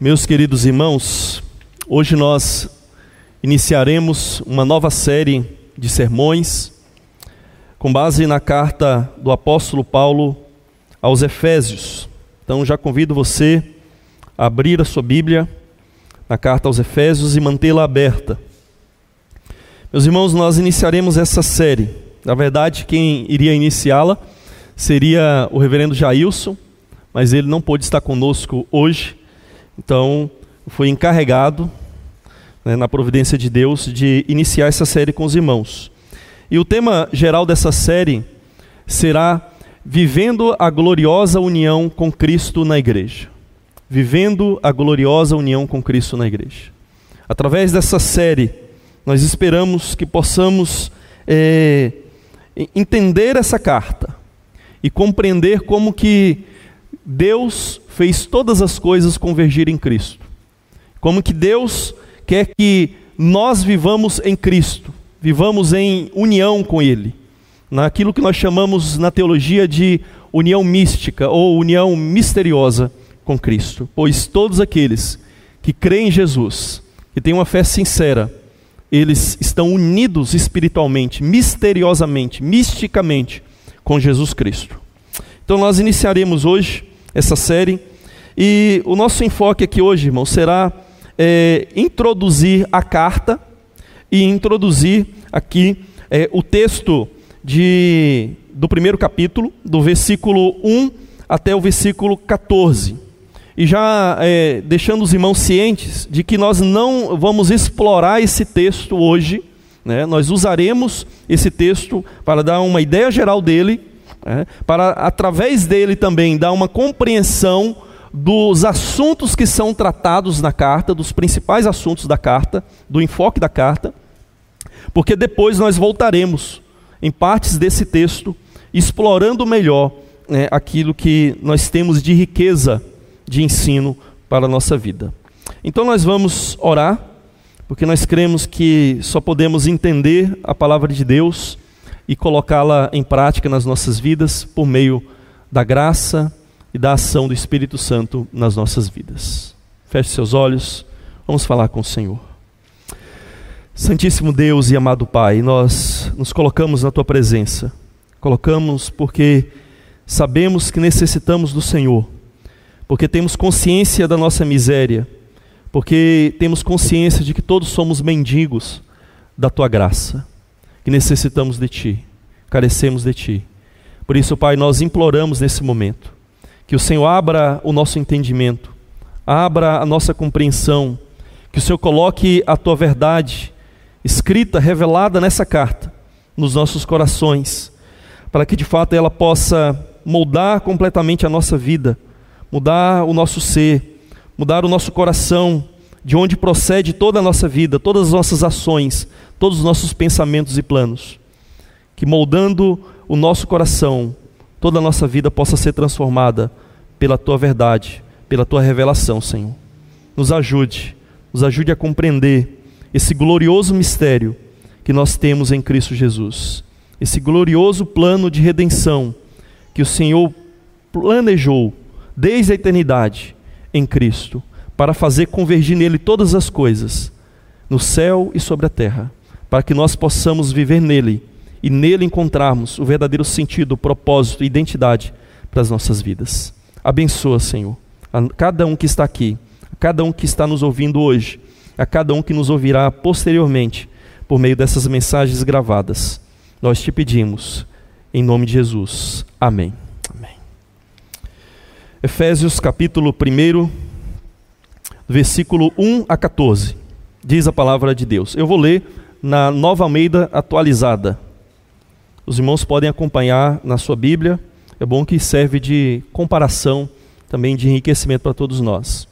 Meus queridos irmãos, hoje nós iniciaremos uma nova série de sermões com base na carta do apóstolo Paulo aos Efésios. Então já convido você a abrir a sua Bíblia na carta aos Efésios e mantê-la aberta. Meus irmãos, nós iniciaremos essa série. Na verdade, quem iria iniciá-la seria o reverendo Jailson, mas ele não pôde estar conosco hoje. Então, foi encarregado, na providência de Deus, de iniciar essa série com os irmãos. E o tema geral dessa série será Vivendo a Gloriosa União com Cristo na Igreja. Vivendo a Gloriosa União com Cristo na Igreja. Através dessa série, nós esperamos que possamos entender essa carta e compreender como que Deus fez todas as coisas convergir em Cristo. Como que Deus quer que nós vivamos em Cristo, vivamos em união com Ele, naquilo que nós chamamos na teologia de união mística ou união misteriosa com Cristo. Pois todos aqueles que creem em Jesus, que têm uma fé sincera, eles estão unidos espiritualmente, misteriosamente, misticamente com Jesus Cristo. Então nós iniciaremos hoje essa série, e o nosso enfoque aqui hoje, irmão, será introduzir a carta e introduzir aqui o texto do primeiro capítulo, do versículo 1 até o versículo 14. E já deixando os irmãos cientes de que nós não vamos explorar esse texto hoje, nós usaremos esse texto para dar uma ideia geral dele, para através dele também dar uma compreensão dos assuntos que são tratados na carta, dos principais assuntos da carta, do enfoque da carta, porque depois nós voltaremos em partes desse texto, explorando melhor aquilo que nós temos de riqueza de ensino para a nossa vida. Então nós vamos orar, porque nós cremos que só podemos entender a palavra de Deus e colocá-la em prática nas nossas vidas por meio da graça e da ação do Espírito Santo nas nossas vidas. Feche seus olhos, vamos falar com o Senhor. Santíssimo Deus e amado Pai, nós nos colocamos na Tua presença. Colocamos porque sabemos que necessitamos do Senhor, porque temos consciência da nossa miséria, porque temos consciência de que todos somos mendigos da Tua graça, que necessitamos de Ti, carecemos de Ti. Por isso, Pai, nós imploramos nesse momento que o Senhor abra o nosso entendimento, abra a nossa compreensão, que o Senhor coloque a Tua verdade escrita, revelada nessa carta, nos nossos corações, para que de fato ela possa moldar completamente a nossa vida, mudar o nosso ser, mudar o nosso coração, de onde procede toda a nossa vida, todas as nossas ações, todos os nossos pensamentos e planos. Que moldando o nosso coração, toda a nossa vida possa ser transformada pela Tua verdade, pela Tua revelação, Senhor. Nos ajude a compreender esse glorioso mistério que nós temos em Cristo Jesus. Esse glorioso plano de redenção que o Senhor planejou desde a eternidade em Cristo, para fazer convergir nele todas as coisas, no céu e sobre a terra, para que nós possamos viver nele, e nele encontrarmos o verdadeiro sentido, propósito e identidade para as nossas vidas. Abençoa, Senhor, a cada um que está aqui, a cada um que está nos ouvindo hoje, a cada um que nos ouvirá posteriormente, por meio dessas mensagens gravadas. Nós te pedimos, em nome de Jesus. Amém. Amém. Efésios capítulo 1, versículo 1 a 14, diz a palavra de Deus. Eu vou ler na Nova Almeida atualizada. Os irmãos podem acompanhar na sua Bíblia, é bom que serve de comparação, também de enriquecimento para todos nós.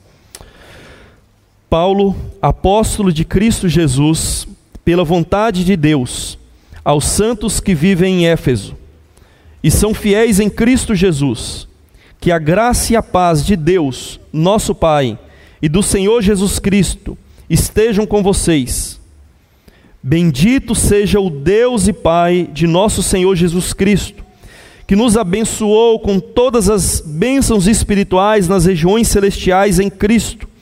Paulo, apóstolo de Cristo Jesus, pela vontade de Deus, aos santos que vivem em Éfeso e são fiéis em Cristo Jesus, que a graça e a paz de Deus, nosso Pai, e do Senhor Jesus Cristo estejam com vocês. Bendito seja o Deus e Pai de nosso Senhor Jesus Cristo, que nos abençoou com todas as bênçãos espirituais nas regiões celestiais em Cristo,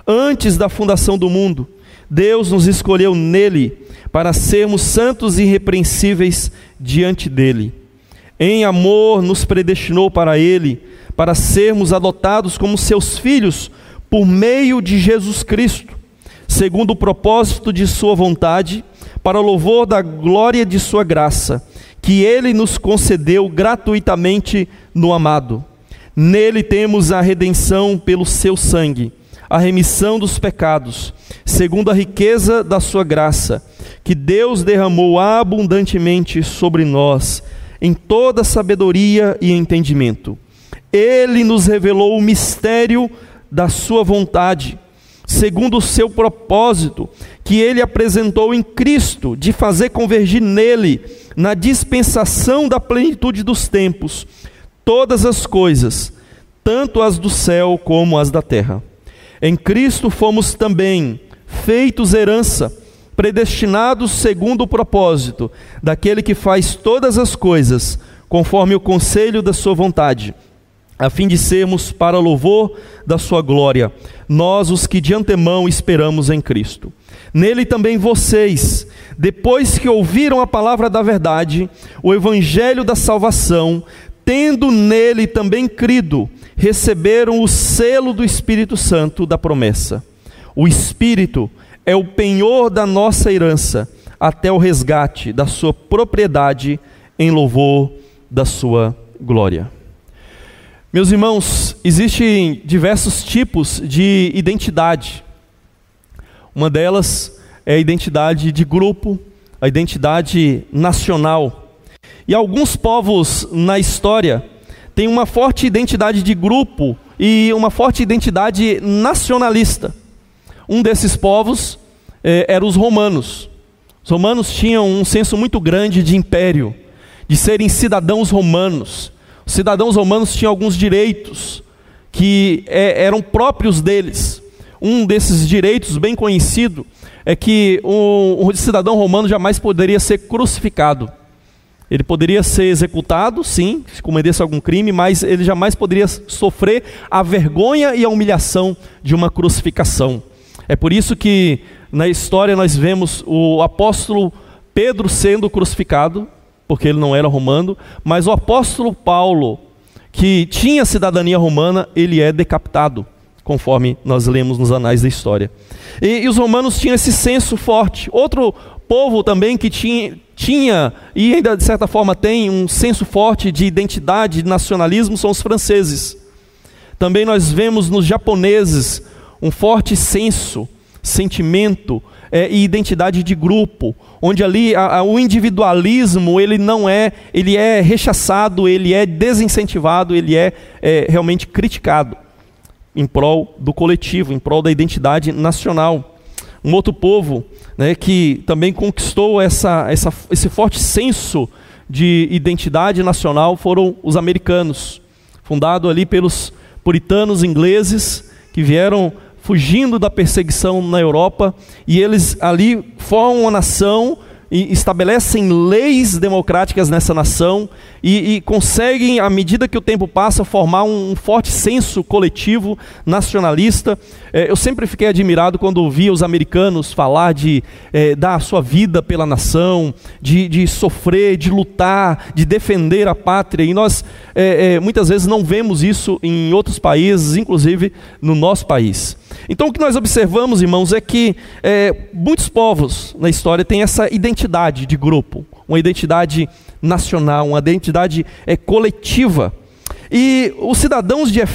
Antes da fundação do mundo, Deus nos escolheu nele para sermos santos e irrepreensíveis diante dele. Em amor nos predestinou para ele, para sermos adotados como seus filhos por meio de Jesus Cristo, segundo o propósito de sua vontade, para o louvor da glória de sua graça, que ele nos concedeu gratuitamente no amado. Nele temos a redenção pelo seu sangue, a remissão dos pecados, segundo a riqueza da sua graça, que Deus derramou abundantemente sobre nós, em toda sabedoria e entendimento. Ele nos revelou o mistério da sua vontade, segundo o seu propósito, que ele apresentou em Cristo, de fazer convergir nele, na dispensação da plenitude dos tempos, todas as coisas, tanto as do céu como as da terra. Em Cristo fomos também feitos herança, predestinados segundo o propósito daquele que faz todas as coisas, conforme o conselho da sua vontade, a fim de sermos para louvor da sua glória, nós os que de antemão esperamos em Cristo. Nele também vocês, depois que ouviram a palavra da verdade, o evangelho da salvação, tendo nele também crido, receberam o selo do Espírito Santo da promessa. O Espírito é o penhor da nossa herança, até o resgate da sua propriedade, em louvor da sua glória. Meus irmãos, existem diversos tipos de identidade. Uma delas é a identidade de grupo, a identidade nacional. E alguns povos na história têm uma forte identidade de grupo e uma forte identidade nacionalista. Um desses povos eram os romanos. Os romanos tinham um senso muito grande de império, de serem cidadãos romanos. Os cidadãos romanos tinham alguns direitos que eram próprios deles. Um desses direitos bem conhecido é que um cidadão romano jamais poderia ser crucificado. Ele poderia ser executado, sim, se cometesse algum crime, mas ele jamais poderia sofrer a vergonha e a humilhação de uma crucificação. É por isso que na história nós vemos o apóstolo Pedro sendo crucificado, porque ele não era romano, mas o apóstolo Paulo, que tinha cidadania romana, ele é decapitado, conforme nós lemos nos anais da história. E os romanos tinham esse senso forte. Outro povo também que tinha e ainda de certa forma tem um senso forte de identidade, de nacionalismo, são os franceses. Também nós vemos nos japoneses um forte sentimento e identidade de grupo, onde ali o individualismo ele é rechaçado, ele é desincentivado, ele é realmente criticado em prol do coletivo, em prol da identidade nacional. Um outro povo, né, que também conquistou esse forte senso de identidade nacional foram os americanos, fundado ali pelos puritanos ingleses que vieram fugindo da perseguição na Europa, e eles ali formam uma nação e estabelecem leis democráticas nessa nação e conseguem, à medida que o tempo passa, formar um forte senso coletivo nacionalista. Eu sempre fiquei admirado quando ouvia os americanos falar de dar a sua vida pela nação, de sofrer, de lutar, de defender a pátria, e nós muitas vezes não vemos isso em outros países, inclusive no nosso país. Então o que nós observamos, irmãos, é que muitos povos na história têm essa identidade de grupo, uma identidade nacional, uma identidade coletiva. E os cidadãos de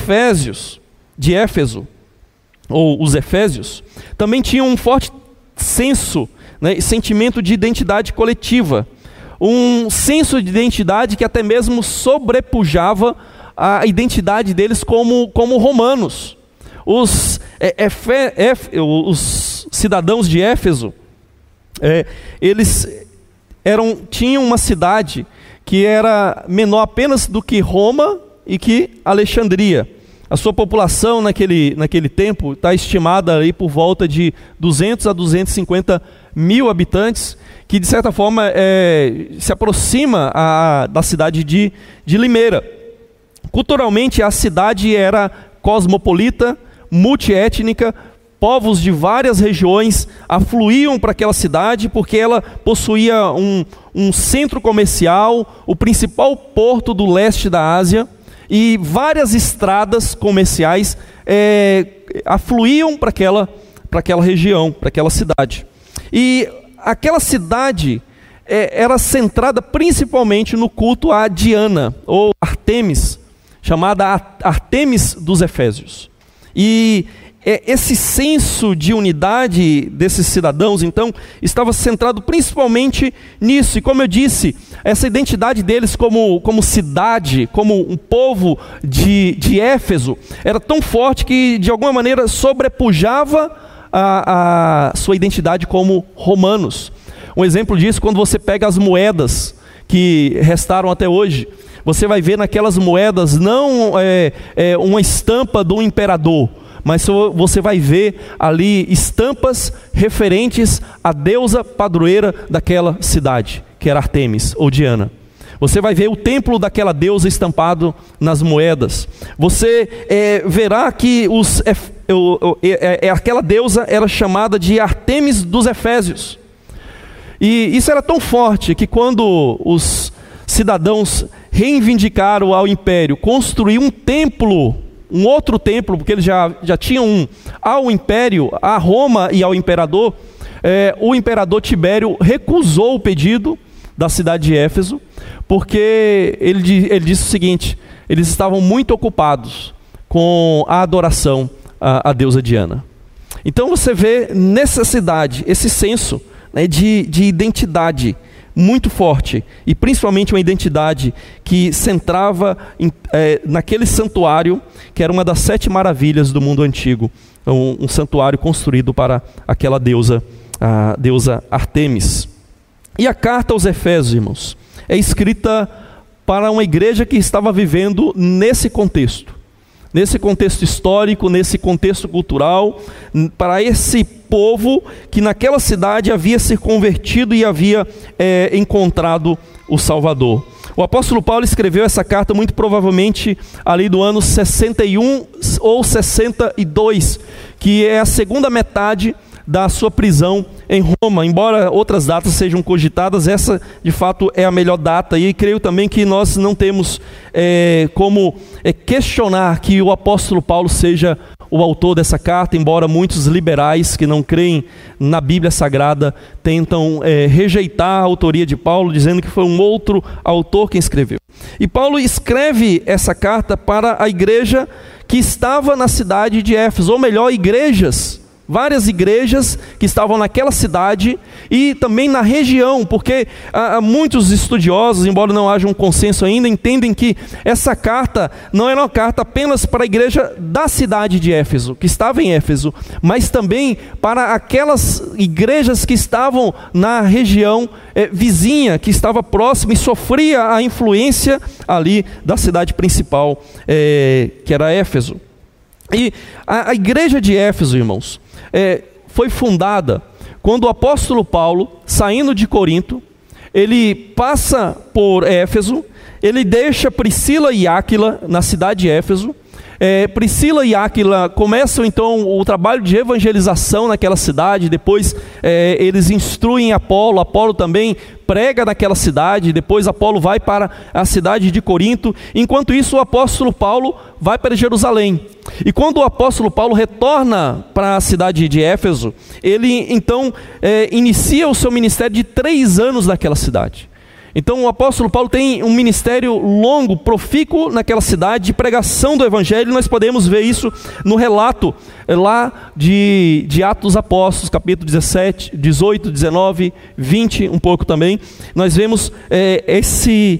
Éfeso, ou os efésios, também tinham um forte senso, né, sentimento de identidade coletiva, um senso de identidade que até mesmo sobrepujava a identidade deles como romanos. Os cidadãos de Éfeso, eles tinham uma cidade que era menor apenas do que Roma e que Alexandria. A sua população naquele tempo está estimada aí por volta de 200 a 250 mil habitantes, que de certa forma se aproxima da cidade de Limeira. Culturalmente a cidade era cosmopolita, multiétnica, povos de várias regiões afluíam para aquela cidade, porque ela possuía um centro comercial, o principal porto do leste da Ásia, e várias estradas comerciais afluíam para aquela região, para aquela cidade. E aquela cidade era centrada principalmente no culto a Diana, ou Artemis, chamada Artemis dos Efésios. E esse senso de unidade desses cidadãos, então, estava centrado principalmente nisso. E como eu disse, essa identidade deles como cidade, como um povo de Éfeso, era tão forte que, de alguma maneira, sobrepujava a sua identidade como romanos. Um exemplo disso, quando você pega as moedas que restaram até hoje, você vai ver naquelas moedas não uma estampa do imperador, mas você vai ver ali estampas referentes à deusa padroeira daquela cidade, que era Artemis ou Diana. Você vai ver o templo daquela deusa estampado nas moedas. Você verá que aquela deusa era chamada de Artemis dos Efésios. E isso era tão forte que quando os cidadãos reivindicaram ao império construir um templo, um outro templo, porque eles já tinham um, ao império, a Roma e ao imperador, o imperador Tibério recusou o pedido da cidade de Éfeso, porque ele disse o seguinte: eles estavam muito ocupados com a adoração à deusa Diana. Então você vê nessa cidade esse senso, né, de identidade muito forte, e principalmente uma identidade que centrava naquele santuário, que era uma das 7 maravilhas do mundo antigo, um santuário construído para aquela deusa, a deusa Artemis. E a carta aos Efésios, irmãos, é escrita para uma igreja que estava vivendo nesse contexto histórico, nesse contexto cultural, para esse povo que naquela cidade havia se convertido e havia encontrado o Salvador. O apóstolo Paulo escreveu essa carta muito provavelmente ali do ano 61 ou 62, que é a segunda metade da sua prisão em Roma. Embora outras datas sejam cogitadas, essa de fato é a melhor data, e creio também que nós não temos como questionar que o apóstolo Paulo seja o autor dessa carta, embora muitos liberais que não creem na Bíblia Sagrada tentam rejeitar a autoria de Paulo, dizendo que foi um outro autor quem escreveu. E Paulo escreve essa carta para a igreja que estava na cidade de Éfeso, ou melhor, várias igrejas que estavam naquela cidade e também na região, porque muitos estudiosos, embora não haja um consenso ainda, entendem que essa carta não era uma carta apenas para a igreja da cidade de Éfeso, que estava em Éfeso, mas também para aquelas igrejas que estavam na região vizinha, que estava próxima e sofria a influência ali da cidade principal, que era Éfeso. E a igreja de Éfeso, irmãos, foi fundada quando o apóstolo Paulo, saindo de Corinto, ele passa por Éfeso, ele deixa Priscila e Áquila na cidade de Éfeso. Priscila e Áquila começam então o trabalho de evangelização naquela cidade, depois eles instruem Apolo também prega naquela cidade, depois Apolo vai para a cidade de Corinto. Enquanto isso, o apóstolo Paulo vai para Jerusalém. E quando o apóstolo Paulo retorna para a cidade de Éfeso, ele então inicia o seu ministério de 3 anos naquela cidade. Então o apóstolo Paulo tem um ministério longo, profícuo naquela cidade, de pregação do evangelho. Nós podemos ver isso no relato lá de Atos dos Apóstolos, capítulo 17, 18, 19, 20, um pouco também. Nós vemos esse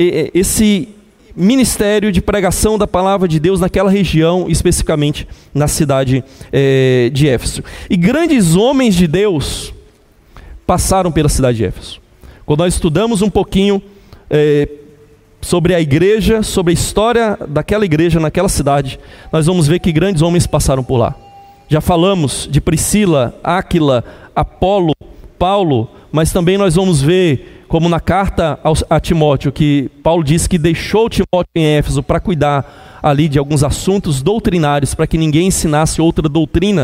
ministério de pregação da palavra de Deus naquela região, especificamente na cidade de Éfeso. E grandes homens de Deus passaram pela cidade de Éfeso. Quando nós estudamos um pouquinho sobre a igreja, sobre a história daquela igreja naquela cidade, nós vamos ver que grandes homens passaram por lá. Já falamos de Priscila, Áquila, Apolo, Paulo, mas também nós vamos ver, como na carta a Timóteo, que Paulo diz que deixou Timóteo em Éfeso para cuidar ali de alguns assuntos doutrinários, para que ninguém ensinasse outra doutrina.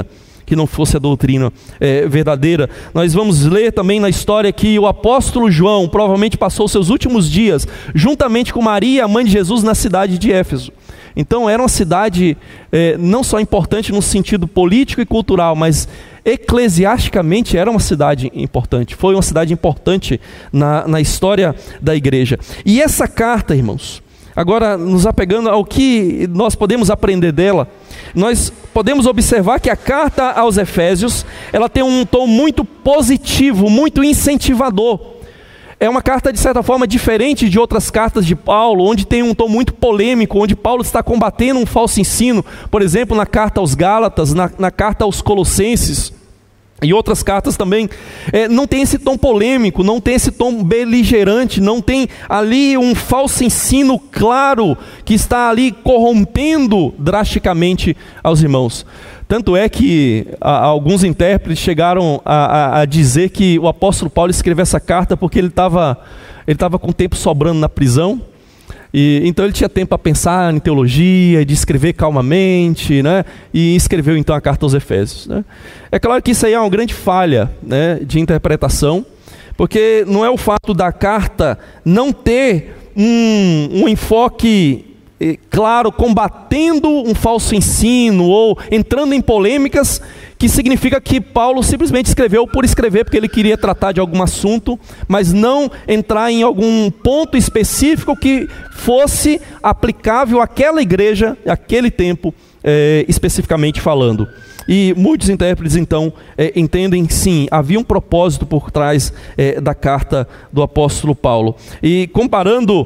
que não fosse a doutrina verdadeira. Nós vamos ler também na história que o apóstolo João provavelmente passou seus últimos dias juntamente com Maria, a mãe de Jesus, na cidade de Éfeso. Então era uma cidade não só importante no sentido político e cultural, mas eclesiasticamente era uma cidade importante. Foi uma cidade importante na história da igreja. E essa carta, irmãos, agora nos apegando ao que nós podemos aprender dela, nós podemos observar que a carta aos Efésios, ela tem um tom muito positivo, muito incentivador. É uma carta de certa forma diferente de outras cartas de Paulo, onde tem um tom muito polêmico, onde Paulo está combatendo um falso ensino. Por exemplo, na carta aos Gálatas, na carta aos Colossenses e outras cartas também, não tem esse tom polêmico, não tem esse tom beligerante, não tem ali um falso ensino claro que está ali corrompendo drasticamente aos irmãos. Tanto é que alguns intérpretes chegaram a dizer que o apóstolo Paulo escreveu essa carta porque ele estava com tempo sobrando na prisão, e então ele tinha tempo para pensar em teologia, de escrever calmamente, né? E escreveu então a carta aos Efésios, né? É claro que isso aí é uma grande falha, né, de interpretação, porque não é o fato da carta não ter um enfoque claro, combatendo um falso ensino ou entrando em polêmicas, que significa que Paulo simplesmente escreveu por escrever, porque ele queria tratar de algum assunto, mas não entrar em algum ponto específico que fosse aplicável àquela igreja, àquele tempo, especificamente falando. E muitos intérpretes então entendem, sim, havia um propósito por trás da carta do apóstolo Paulo. E comparando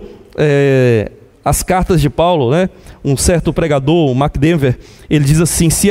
as cartas de Paulo, né, um certo pregador, o Mark Dever, ele diz assim: se a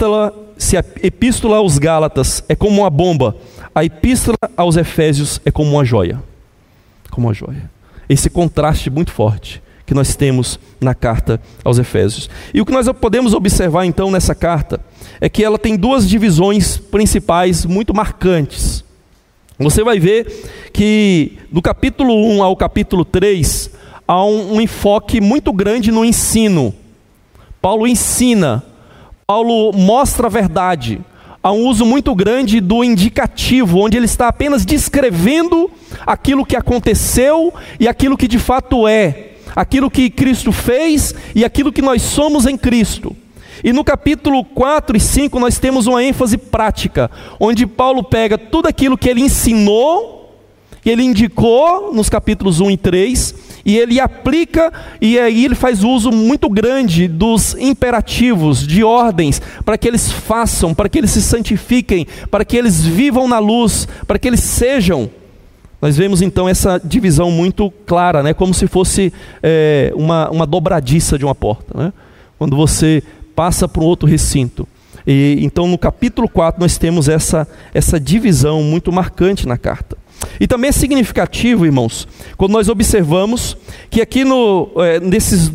epístola aos Gálatas é como uma bomba, a epístola aos Efésios é como uma joia. Como uma joia. Esse contraste muito forte que nós temos na carta aos Efésios. E o que nós podemos observar então nessa carta é que ela tem duas divisões principais muito marcantes. Você vai ver que do capítulo 1 ao capítulo 3 há um enfoque muito grande no ensino. Paulo ensina, Paulo mostra a verdade. Há um uso muito grande do indicativo, onde ele está apenas descrevendo aquilo que aconteceu e aquilo que de fato é, aquilo que Cristo fez e aquilo que nós somos em Cristo. E no capítulo 4 e 5 nós temos uma ênfase prática, onde Paulo pega tudo aquilo que ele ensinou, que ele indicou nos capítulos 1 e 3, e ele aplica, e aí ele faz uso muito grande dos imperativos, de ordens, para que eles façam, para que eles se santifiquem, para que eles vivam na luz, para que eles sejam. Nós vemos então essa divisão muito clara, né? Como se fosse uma dobradiça de uma porta, né? Quando você passa para um outro recinto. E então no capítulo 4 nós temos essa divisão muito marcante na carta. E também é significativo, irmãos, quando nós observamos que aqui nessas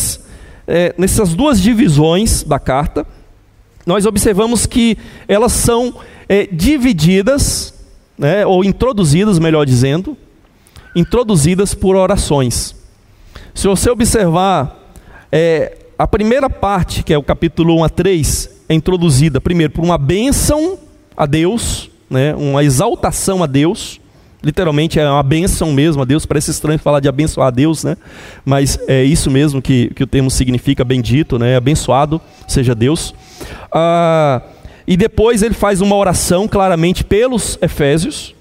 duas divisões da carta, nós observamos que elas são divididas, né, ou introduzidas, melhor dizendo, introduzidas por orações. Se você observar, a primeira parte, que é o capítulo 1 a 3, é introduzida primeiro por uma bênção a Deus, né, uma exaltação a Deus. Literalmente é uma bênção mesmo a Deus. Parece estranho falar de abençoar a Deus, né? Mas é isso mesmo que o termo significa, bendito, né? Abençoado seja Deus. E depois ele faz uma oração claramente pelos Efésios.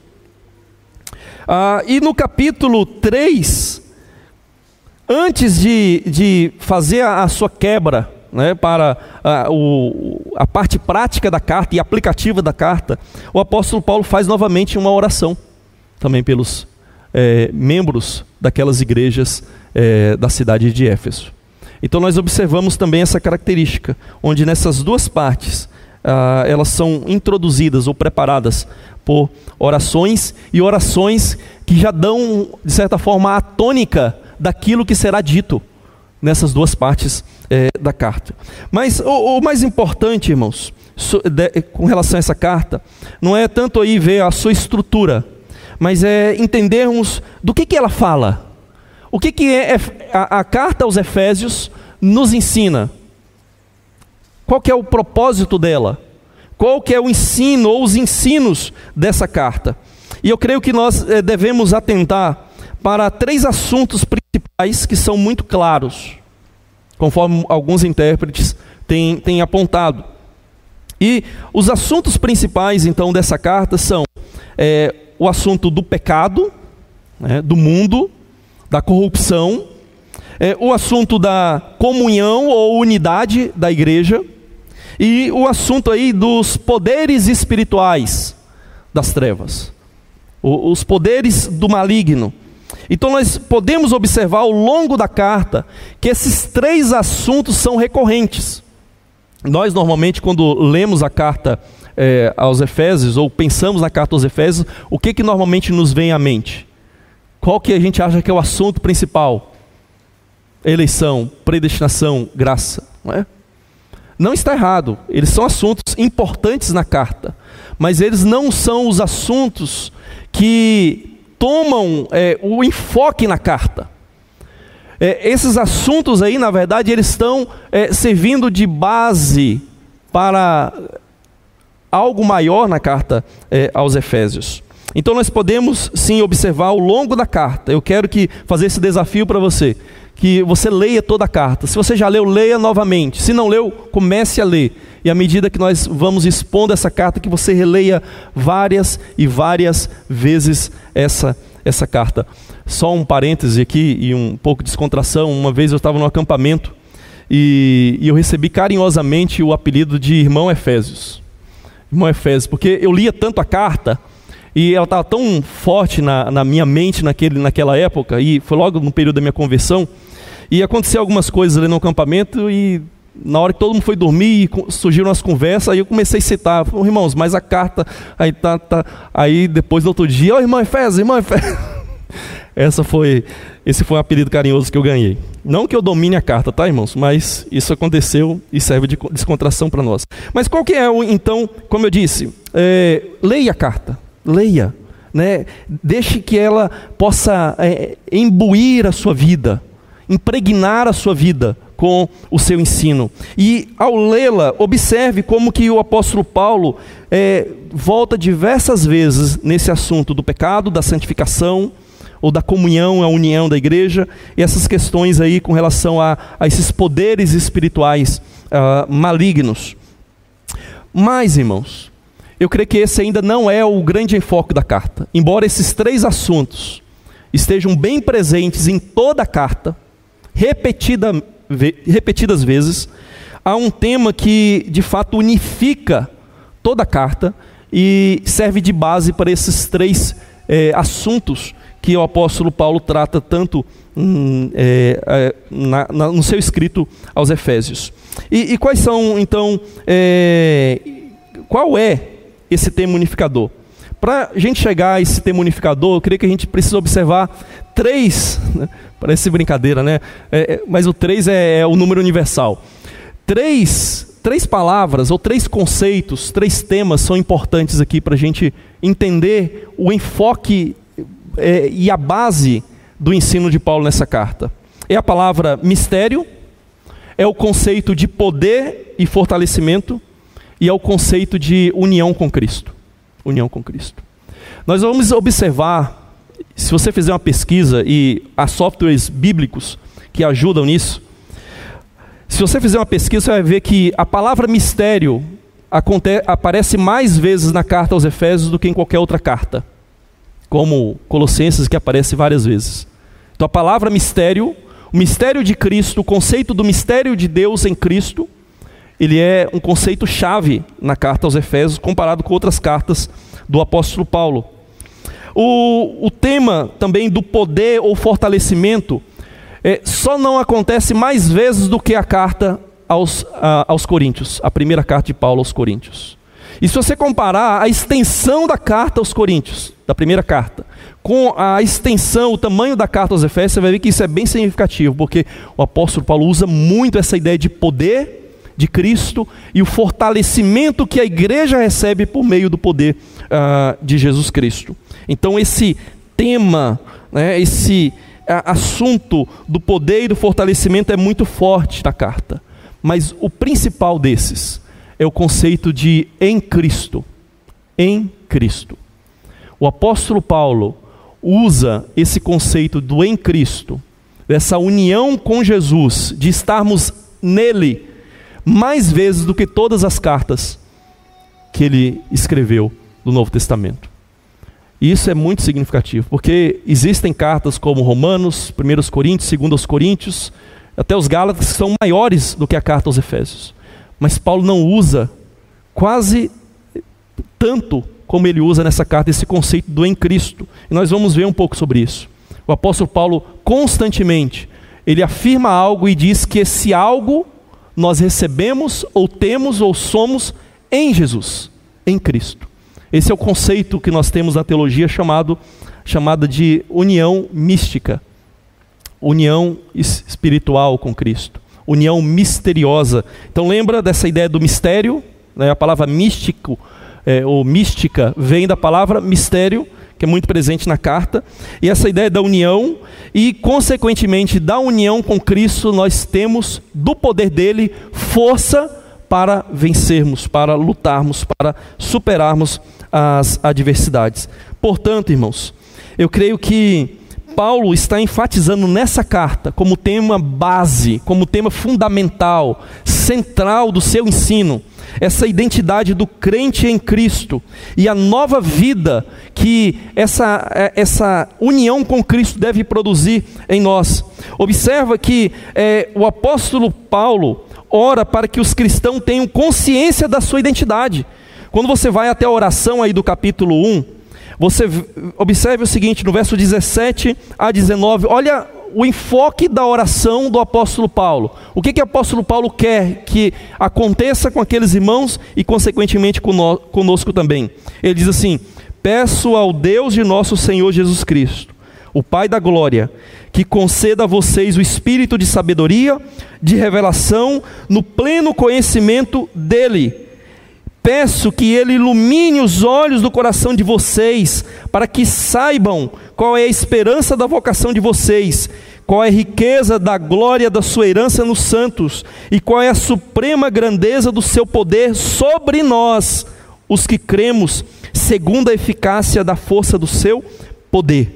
E no capítulo 3, antes de fazer a sua quebra, né, para a parte prática da carta e aplicativa da carta, o apóstolo Paulo faz novamente uma oração também pelos membros daquelas igrejas da cidade de Éfeso. Então nós observamos também essa característica, onde nessas duas partes elas são introduzidas ou preparadas por orações, e orações que já dão, de certa forma, a tônica daquilo que será dito nessas duas partes da carta. Mas o mais importante, irmãos, com relação a essa carta, não é tanto aí ver a sua estrutura, mas é entendermos do que ela fala. O que a carta aos Efésios nos ensina? Qual que é o propósito dela? qual que é o ensino ou os ensinos dessa carta. E eu creio que nós devemos atentar para 3 assuntos principais que são muito claros, conforme alguns intérpretes têm apontado. E os assuntos principais, então, dessa carta são o assunto do pecado, do mundo, da corrupção, o assunto da comunhão ou unidade da igreja, e o assunto aí dos poderes espirituais das trevas, os poderes do maligno. Então nós podemos observar ao longo da carta que esses 3 assuntos são recorrentes. Nós normalmente, quando lemos a carta aos Efésios, ou pensamos na carta aos Efésios, o que normalmente nos vem à mente? Qual que a gente acha que é o assunto principal? Eleição, predestinação, graça, não é? Não está errado, eles são assuntos importantes na carta, mas eles não são os assuntos que tomam o enfoque na carta. Esses assuntos aí, na verdade, eles estão servindo de base para algo maior na carta aos Efésios. Então nós podemos sim observar ao longo da carta. Eu quero fazer esse desafio para você, que você leia toda a carta. Se você já leu, leia novamente. Se não leu, comece a ler. E à medida que nós vamos expondo essa carta, que você releia várias e várias vezes essa carta. Só um parêntese aqui e um pouco de descontração. Uma vez eu estava num acampamento e eu recebi carinhosamente o apelido de Irmão Efésios. Irmão Efésios, porque eu lia tanto a carta e ela estava tão forte na minha mente naquela época, e foi logo no período da minha conversão, e aconteceu algumas coisas ali no acampamento, e na hora que todo mundo foi dormir, surgiram as conversas, aí eu comecei a citar, irmãos, mas a carta, aí depois do outro dia, irmão Efésios, esse foi um apelido carinhoso que eu ganhei. Não que eu domine a carta, tá, irmãos? Mas isso aconteceu e serve de descontração para nós. Mas qual que é, então, como eu disse, leia a carta, leia, né? Deixe que ela possa imbuir a sua vida, impregnar a sua vida com o seu ensino. E ao lê-la, observe como que o apóstolo Paulo volta diversas vezes nesse assunto do pecado, da santificação, ou da comunhão, a união da igreja, e essas questões aí com relação a esses poderes espirituais malignos. Mas, irmãos, eu creio que esse ainda não é o grande enfoque da carta. Embora esses 3 assuntos estejam bem presentes em toda a carta, repetidas vezes, há um tema que de fato unifica toda a carta e serve de base para esses 3 assuntos que o apóstolo Paulo trata tanto no seu escrito aos Efésios. E quais são, então, qual é esse tema unificador? Para a gente chegar a esse tema unificador, eu creio que a gente precisa observar 3, né? Parece brincadeira, né? Mas o 3 é o número universal. 3 palavras ou 3 conceitos, 3 temas são importantes aqui para a gente entender o enfoque e a base do ensino de Paulo nessa carta. É a palavra mistério, é o conceito de poder e fortalecimento, e é o conceito de união com Cristo. União com Cristo. Nós vamos observar, se você fizer uma pesquisa, e há softwares bíblicos que ajudam nisso, se você fizer uma pesquisa, você vai ver que a palavra mistério aparece mais vezes na carta aos Efésios do que em qualquer outra carta, como Colossenses, que aparece várias vezes. Então a palavra mistério, o mistério de Cristo, o conceito do mistério de Deus em Cristo, ele é um conceito chave na carta aos Efésios, comparado com outras cartas do apóstolo Paulo. O tema também do poder ou fortalecimento só não acontece mais vezes do que a carta aos Coríntios, a primeira carta de Paulo aos Coríntios. E se você comparar a extensão da carta aos Coríntios, da primeira carta, com a extensão, o tamanho da carta aos Efésios, você vai ver que isso é bem significativo, porque o apóstolo Paulo usa muito essa ideia de poder de Cristo e o fortalecimento que a igreja recebe por meio do poder de Jesus Cristo. Então esse tema, né, esse assunto do poder e do fortalecimento é muito forte na carta, mas o principal desses é o conceito de em Cristo. Em Cristo. O apóstolo Paulo usa esse conceito do em Cristo, dessa união com Jesus, de estarmos nele, mais vezes do que todas as cartas que ele escreveu do Novo Testamento. E isso é muito significativo, porque existem cartas como Romanos, 1 Coríntios, 2 Coríntios, até os Gálatas, que são maiores do que a carta aos Efésios. Mas Paulo não usa quase tanto como ele usa nessa carta esse conceito do em Cristo. E nós vamos ver um pouco sobre isso. O apóstolo Paulo constantemente, ele afirma algo e diz que esse algo nós recebemos ou temos ou somos em Jesus, em Cristo. Esse é o conceito que nós temos na teologia chamada de união mística, união espiritual com Cristo, união misteriosa. Então lembra dessa ideia do mistério, né? A palavra místico ou mística vem da palavra mistério, que é muito presente na carta, e essa ideia da união, e consequentemente da união com Cristo, nós temos do poder dele força para vencermos, para lutarmos, para superarmos as adversidades. Portanto, irmãos, eu creio que Paulo está enfatizando nessa carta como tema base, como tema fundamental, central do seu ensino, essa identidade do crente em Cristo e a nova vida que essa união com Cristo deve produzir em nós. Observa que o apóstolo Paulo ora para que os cristãos tenham consciência da sua identidade. Quando você vai até a oração aí do capítulo 1, você observe o seguinte, no verso 17 a 19, olha o enfoque da oração do apóstolo Paulo. O que o apóstolo Paulo quer que aconteça com aqueles irmãos e consequentemente conosco também? Ele diz assim: peço ao Deus de nosso Senhor Jesus Cristo, o Pai da glória, que conceda a vocês o espírito de sabedoria, de revelação, no pleno conhecimento dele. Peço que ele ilumine os olhos do coração de vocês, para que saibam qual é a esperança da vocação de vocês, qual é a riqueza da glória da sua herança nos santos, e qual é a suprema grandeza do seu poder sobre nós, os que cremos, segundo a eficácia da força do seu poder.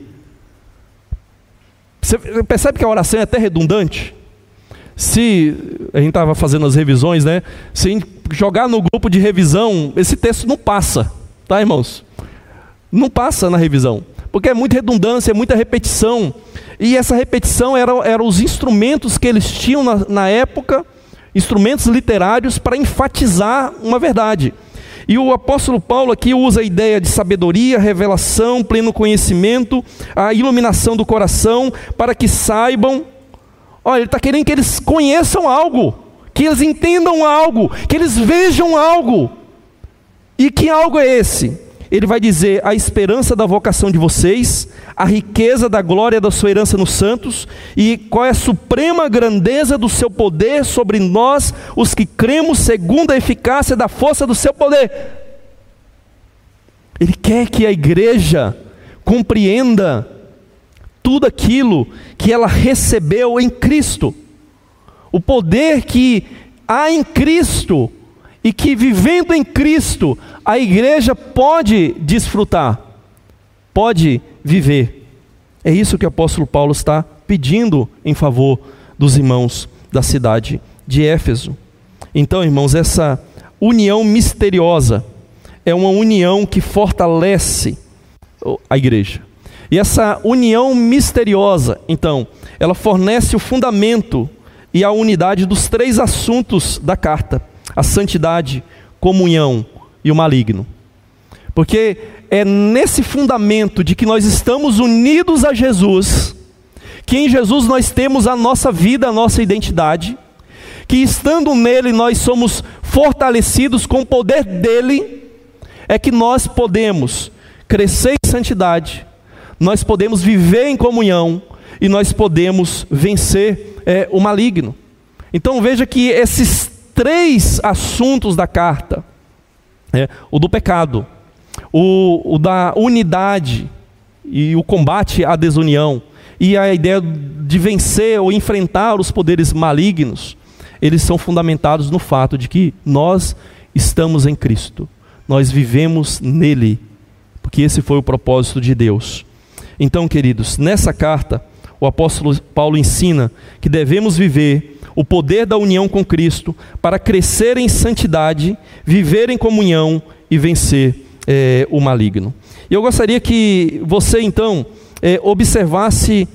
Você percebe que a oração é até redundante? Se a gente estava fazendo as revisões, né? Se a gente jogar no grupo de revisão, esse texto não passa, tá, irmãos? Não passa na revisão, porque é muita redundância, é muita repetição. E essa repetição eram os instrumentos que eles tinham na época, instrumentos literários para enfatizar uma verdade. E o apóstolo Paulo aqui usa a ideia de sabedoria, revelação, pleno conhecimento, a iluminação do coração, para que saibam. Olha, ele está querendo que eles conheçam algo, que eles entendam algo, que eles vejam algo. E que algo é esse? Ele vai dizer: a esperança da vocação de vocês, a riqueza da glória da sua herança nos santos, e qual é a suprema grandeza do seu poder sobre nós, os que cremos, segundo a eficácia da força do seu poder. Ele quer que a igreja compreenda tudo aquilo que ela recebeu em Cristo, o poder que há em Cristo, e que vivendo em Cristo, a igreja pode desfrutar, pode viver. É isso que o apóstolo Paulo está pedindo em favor dos irmãos da cidade de Éfeso. Então, irmãos, essa união misteriosa é uma união que fortalece a igreja. E essa união misteriosa, então, ela fornece o fundamento e a unidade dos três assuntos da carta: a santidade, comunhão e o maligno. Porque é nesse fundamento de que nós estamos unidos a Jesus, que em Jesus nós temos a nossa vida, a nossa identidade, que estando nele nós somos fortalecidos com o poder dele, é que nós podemos crescer em santidade, nós podemos viver em comunhão e nós podemos vencer o maligno. Então veja que esses três assuntos da carta, o do pecado, o da unidade e o combate à desunião, e a ideia de vencer ou enfrentar os poderes malignos, eles são fundamentados no fato de que nós estamos em Cristo, nós vivemos nele, porque esse foi o propósito de Deus. Então, queridos, nessa carta, o apóstolo Paulo ensina que devemos viver o poder da união com Cristo para crescer em santidade, viver em comunhão e vencer o maligno. E eu gostaria que você, então, observasse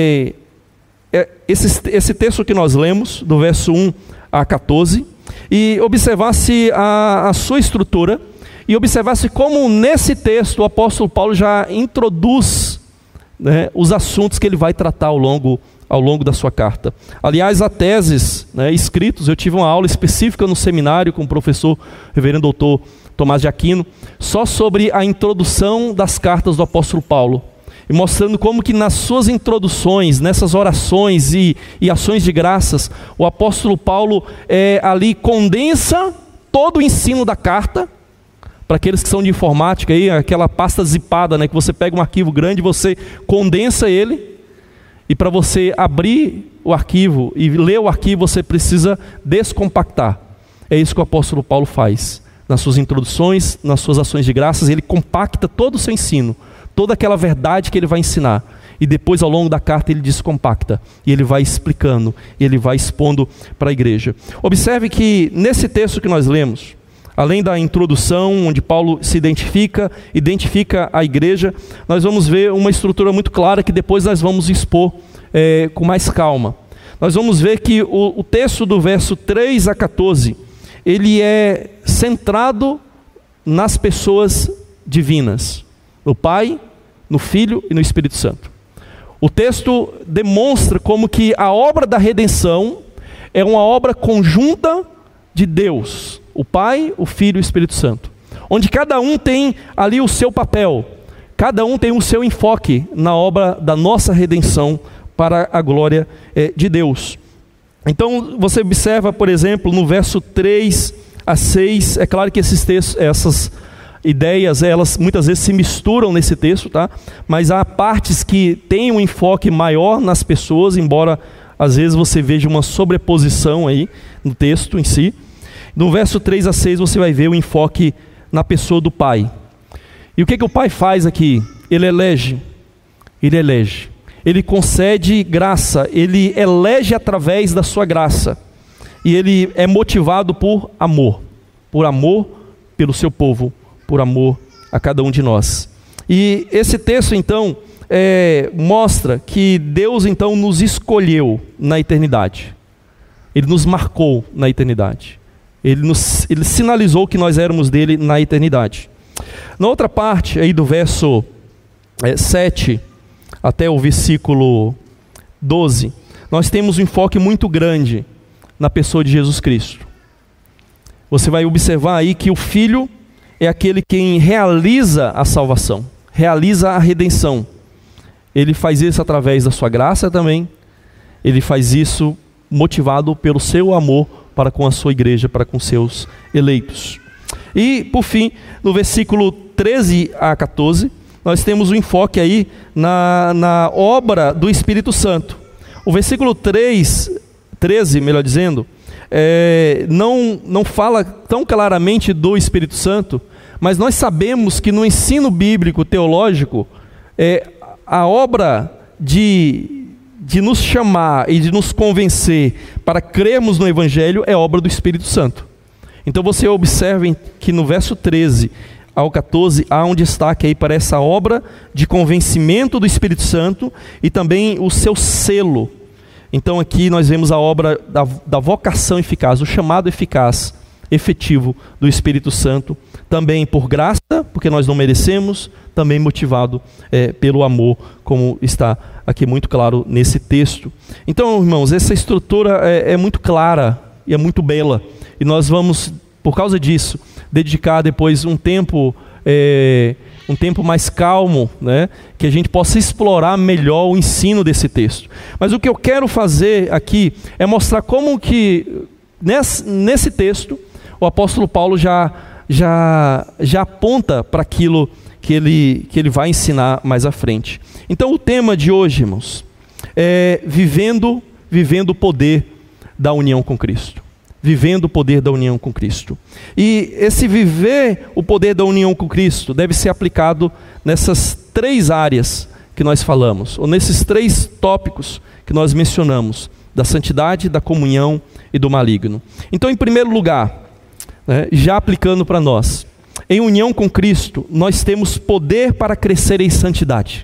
esse texto que nós lemos, do verso 1 a 14, e observasse a sua estrutura, e observasse como nesse texto o apóstolo Paulo já introduz, né, os assuntos que ele vai tratar ao longo da sua carta. Aliás, há teses, né, escritos. Eu tive uma aula específica no seminário com o professor reverendo doutor Tomás de Aquino, só sobre a introdução das cartas do apóstolo Paulo, e mostrando como que nas suas introduções, nessas orações e ações de graças, o apóstolo Paulo ali condensa todo o ensino da carta. Para aqueles que são de informática, aí, aquela pasta zipada, né, que você pega um arquivo grande, você condensa ele, e para você abrir o arquivo e ler o arquivo, você precisa descompactar. É isso que o apóstolo Paulo faz. Nas suas introduções, nas suas ações de graças, ele compacta todo o seu ensino, toda aquela verdade que ele vai ensinar, e depois ao longo da carta ele descompacta, e ele vai explicando, e ele vai expondo para a igreja. Observe que nesse texto que nós lemos, além da introdução, onde Paulo se identifica a igreja, nós vamos ver uma estrutura muito clara que depois nós vamos expor com mais calma. Nós vamos ver que o texto do verso 3 a 14, ele é centrado nas pessoas divinas, no Pai, no Filho e no Espírito Santo. O texto demonstra como que a obra da redenção é uma obra conjunta de Deus, o Pai, o Filho e o Espírito Santo, onde cada um tem ali o seu papel, cada um tem o seu enfoque na obra da nossa redenção para a glória de Deus. Então você observa, por exemplo, no verso 3 a 6, é claro que esses textos, essas ideias, elas muitas vezes se misturam nesse texto, tá? Mas há partes que têm um enfoque maior nas pessoas, embora às vezes você veja uma sobreposição aí no texto em si. No verso 3 a 6 você vai ver o enfoque na pessoa do Pai. E o que o Pai faz aqui? Ele elege, ele concede graça, ele elege através da sua graça, e ele é motivado por amor pelo seu povo, por amor a cada um de nós. E esse texto então mostra que Deus então nos escolheu na eternidade, ele nos marcou na eternidade. Ele sinalizou que nós éramos dele na eternidade. Na outra parte aí do verso 7 até o versículo 12, nós temos um enfoque muito grande na pessoa de Jesus Cristo. Você vai observar aí que o Filho é aquele quem realiza a salvação, realiza a redenção. Ele faz isso através da sua graça também, ele faz isso motivado pelo seu amor para com a sua igreja, para com seus eleitos. E, por fim, no versículo 13 a 14, nós temos um enfoque aí na obra do Espírito Santo. O versículo 13, melhor dizendo, não fala tão claramente do Espírito Santo, mas nós sabemos que no ensino bíblico teológico, a obra de nos chamar e de nos convencer para crermos no Evangelho é obra do Espírito Santo. Então você observe que no verso 13 ao 14 há um destaque aí para essa obra de convencimento do Espírito Santo e também o seu selo. Então aqui nós vemos a obra da vocação eficaz, o chamado eficaz, efetivo do Espírito Santo, também por graça, porque nós não merecemos, também motivado pelo amor, como está aqui muito claro nesse texto. Então, irmãos, essa estrutura é muito clara e é muito bela, e nós vamos, por causa disso, dedicar depois um tempo mais calmo, né, que a gente possa explorar melhor o ensino desse texto. Mas o que eu quero fazer aqui é mostrar como que nesse texto o apóstolo Paulo já aponta para aquilo que ele vai ensinar mais à frente. Então o tema de hoje, irmãos, é vivendo o poder da união com Cristo. vivendo o poder da união com Cristo. E esse viver o poder da união com Cristo deve ser aplicado nessas 3 áreas que nós falamos, ou nesses 3 tópicos que nós mencionamos, da santidade, da comunhão e do maligno. Então, em primeiro lugar, já aplicando para nós, em união com Cristo, nós temos poder para crescer em santidade.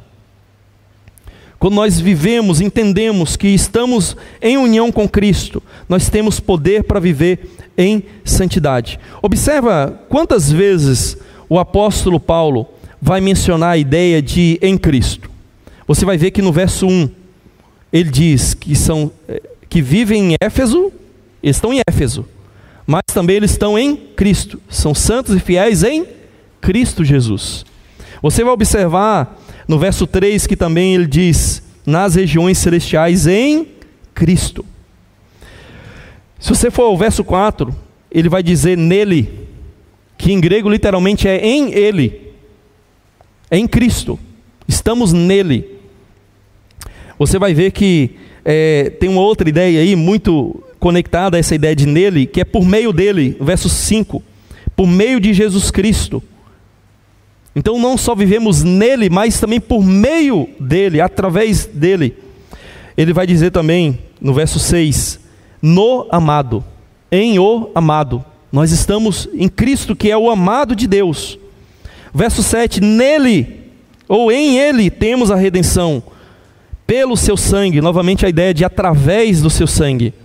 Quando nós vivemos, entendemos que estamos em união com Cristo, nós temos poder para viver em santidade. Observa quantas vezes o apóstolo Paulo vai mencionar a ideia de em Cristo. Você vai ver que no verso 1, ele diz que vivem em Éfeso, eles estão em Éfeso, mas também eles estão em Cristo, são santos e fiéis em Cristo Jesus. Você vai observar no verso 3 que também ele diz, nas regiões celestiais em Cristo. Se você for ao verso 4, ele vai dizer nele, que em grego literalmente é em ele, é em Cristo, estamos nele. Você vai ver que tem uma outra ideia aí, muito conectada a essa ideia de nele, que é por meio dele, verso 5, por meio de Jesus Cristo. Então não só vivemos nele, mas também por meio dele, através dele. Ele vai dizer também, no verso 6, no amado, em o amado. Nós estamos em Cristo, que é o amado de Deus. Verso 7, nele, ou em ele, temos a redenção, pelo seu sangue. Novamente a ideia de através do seu sangue.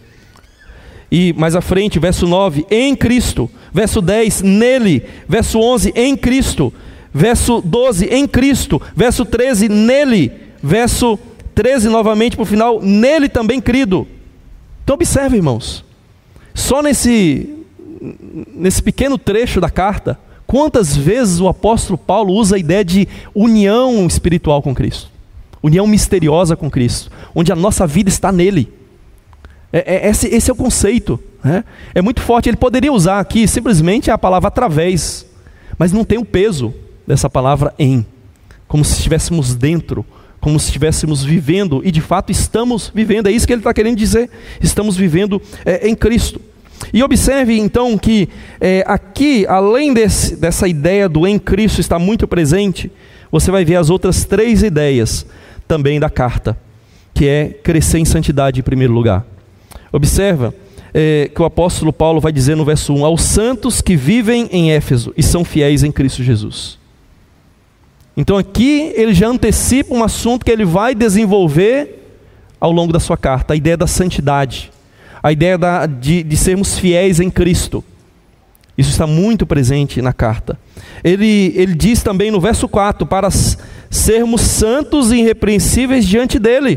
E mais à frente, verso 9, em Cristo. Verso 10, nele. Verso 11, em Cristo. Verso 12, em Cristo. Verso 13, nele. Verso 13, novamente para o final, nele também crido. Então observe, irmãos, só nesse pequeno trecho da carta, quantas vezes o apóstolo Paulo usa a ideia de união espiritual com Cristo, união misteriosa com Cristo, onde a nossa vida está nele. Esse é o conceito, né? É muito forte. Ele poderia usar aqui simplesmente a palavra através, mas não tem o peso dessa palavra em, como se estivéssemos dentro, como se estivéssemos vivendo, e de fato estamos vivendo. É isso que ele está querendo dizer, estamos vivendo em Cristo. E observe então que aqui, além dessa ideia do em Cristo estar muito presente, você vai ver as outras 3 ideias também da carta, que é crescer em santidade em primeiro lugar. Observa que o apóstolo Paulo vai dizer no verso 1, aos santos que vivem em Éfeso e são fiéis em Cristo Jesus. Então aqui ele já antecipa um assunto que ele vai desenvolver ao longo da sua carta, a ideia da santidade, a ideia de sermos fiéis em Cristo. Isso está muito presente na carta. Ele diz também no verso 4, para sermos santos e irrepreensíveis diante dele.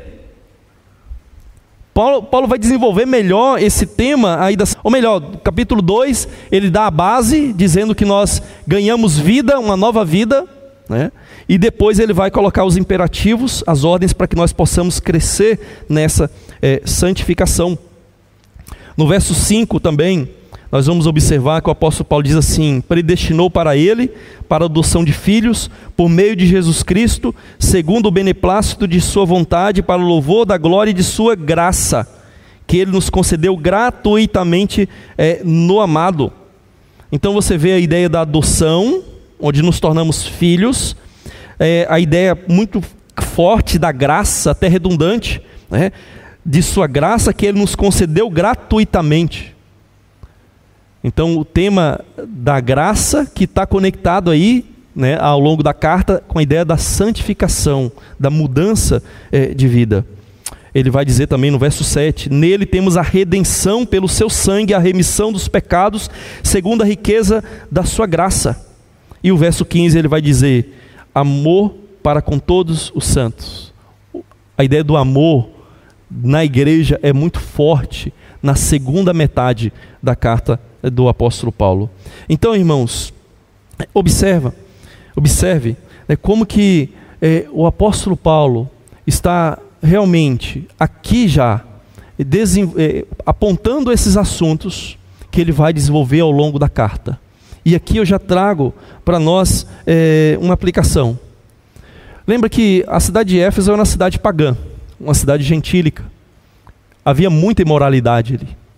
Paulo vai desenvolver melhor esse tema aí, ou melhor, capítulo 2, ele dá a base, dizendo que nós ganhamos vida, uma nova vida, né? E depois ele vai colocar os imperativos, as ordens para que nós possamos crescer nessa santificação. No verso 5 também, nós vamos observar que o apóstolo Paulo diz assim, predestinou para ele, para a adoção de filhos, por meio de Jesus Cristo, segundo o beneplácito de sua vontade, para o louvor da glória e de sua graça, que ele nos concedeu gratuitamente no amado. Então você vê a ideia da adoção, onde nos tornamos filhos, a ideia muito forte da graça, até redundante, né? De sua graça que ele nos concedeu gratuitamente. Então o tema da graça que está conectado aí, né, ao longo da carta, com a ideia da santificação, da mudança de vida. Ele vai dizer também no verso 7, nele temos a redenção pelo seu sangue, a remissão dos pecados, segundo a riqueza da sua graça. E o verso 15 ele vai dizer, amor para com todos os santos. A ideia do amor na igreja é muito forte na segunda metade da carta do apóstolo Paulo. Então, irmãos, observe como que o apóstolo Paulo está realmente aqui já apontando esses assuntos que ele vai desenvolver ao longo da carta. E aqui eu já trago para nós uma aplicação. Lembra que a cidade de Éfeso era uma cidade pagã, uma cidade gentílica. Havia muita imoralidade ali.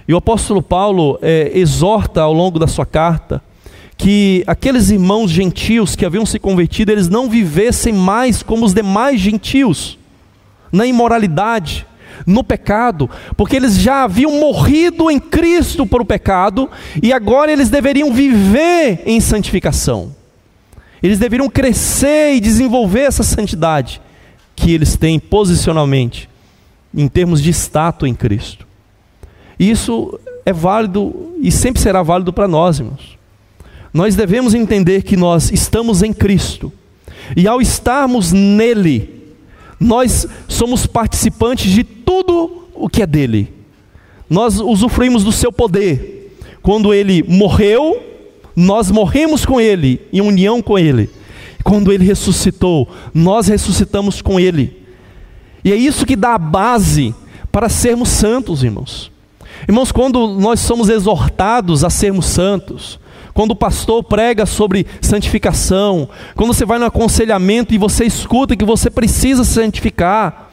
E o apóstolo Paulo exorta ao longo da sua carta que aqueles irmãos gentios que haviam se convertido, eles não vivessem mais como os demais gentios, na imoralidade, no pecado, porque eles já haviam morrido em Cristo por o pecado, e agora eles deveriam viver em santificação. Eles deveriam crescer e desenvolver essa santidade que eles têm posicionalmente, em termos de status em Cristo. E isso é válido e sempre será válido para nós, irmãos. Nós devemos entender que nós estamos em Cristo, e ao estarmos nele, nós somos participantes de tudo o que é dele. Nós usufruímos do seu poder. Quando ele morreu, nós morremos com ele, em união com ele. Quando ele ressuscitou, nós ressuscitamos com ele. E é isso que dá a base para sermos santos, irmãos. Irmãos, quando nós somos exortados a sermos santos, quando o pastor prega sobre santificação, quando você vai no aconselhamento e você escuta que você precisa se santificar,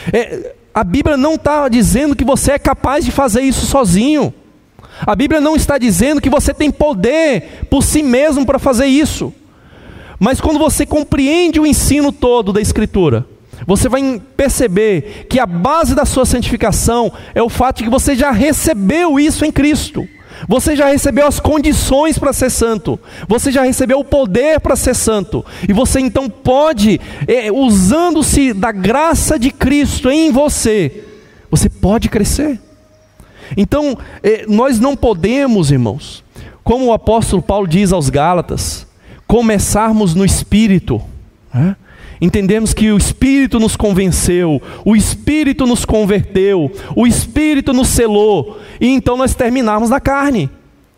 a Bíblia não está dizendo que você é capaz de fazer isso sozinho. A Bíblia não está dizendo que você tem poder por si mesmo para fazer isso. Mas quando você compreende o ensino todo da Escritura, você vai perceber que a base da sua santificação é o fato de que você já recebeu isso em Cristo. Você já recebeu as condições para ser santo. Você já recebeu o poder para ser santo. E você então pode, usando-se da graça de Cristo em você, você pode crescer. Então, nós não podemos, irmãos, como o apóstolo Paulo diz aos Gálatas, começarmos no Espírito, né? Entendemos que o Espírito nos convenceu, o Espírito nos converteu, o Espírito nos selou, e então nós terminarmos na carne.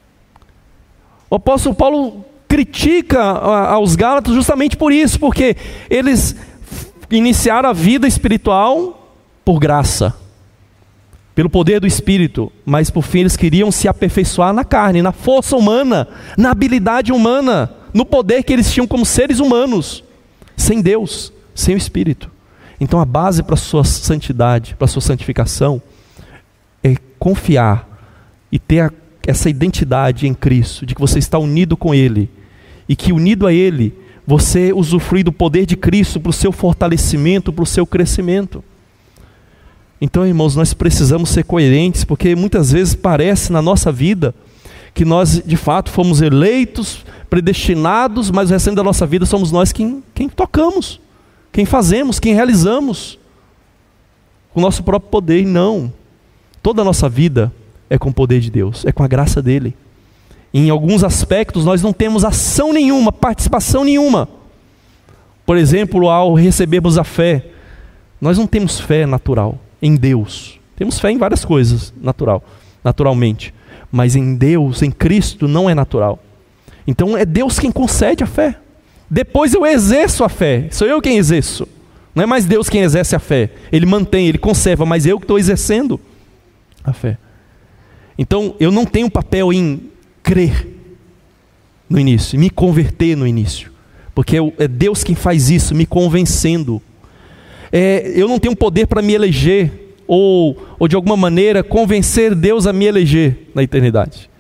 O apóstolo Paulo critica aos Gálatas justamente por isso, porque eles iniciaram a vida espiritual por graça, pelo poder do Espírito, mas por fim eles queriam se aperfeiçoar na carne, na força humana, na habilidade humana, no poder que eles tinham como seres humanos, sem Deus, sem o Espírito. Então a base para a sua santidade, para a sua santificação, é confiar e ter essa identidade em Cristo, de que você está unido com Ele, e que unido a Ele, você usufrui do poder de Cristo para o seu fortalecimento, para o seu crescimento. Então, irmãos, nós precisamos ser coerentes, porque muitas vezes parece na nossa vida que nós de fato fomos eleitos, predestinados, mas o restante da nossa vida somos nós quem tocamos, quem fazemos, quem realizamos, com o nosso próprio poder. Não, toda a nossa vida é com o poder de Deus, é com a graça dele. Em alguns aspectos nós não temos ação nenhuma, participação nenhuma. Por exemplo, ao recebermos a fé, nós não temos fé natural em Deus. Temos fé em várias coisas naturalmente, mas em Deus, em Cristo, não é natural. Então é Deus quem concede a fé. Depois eu exerço a fé, sou eu quem exerço. Não é mais Deus quem exerce a fé. Ele mantém, Ele conserva, mas eu que estou exercendo a fé. Então eu não tenho papel em crer no início, me converter no início, porque é Deus quem faz isso, me convencendo. Eu não tenho poder para me eleger, ou de alguma maneira convencer Deus a me eleger na eternidade.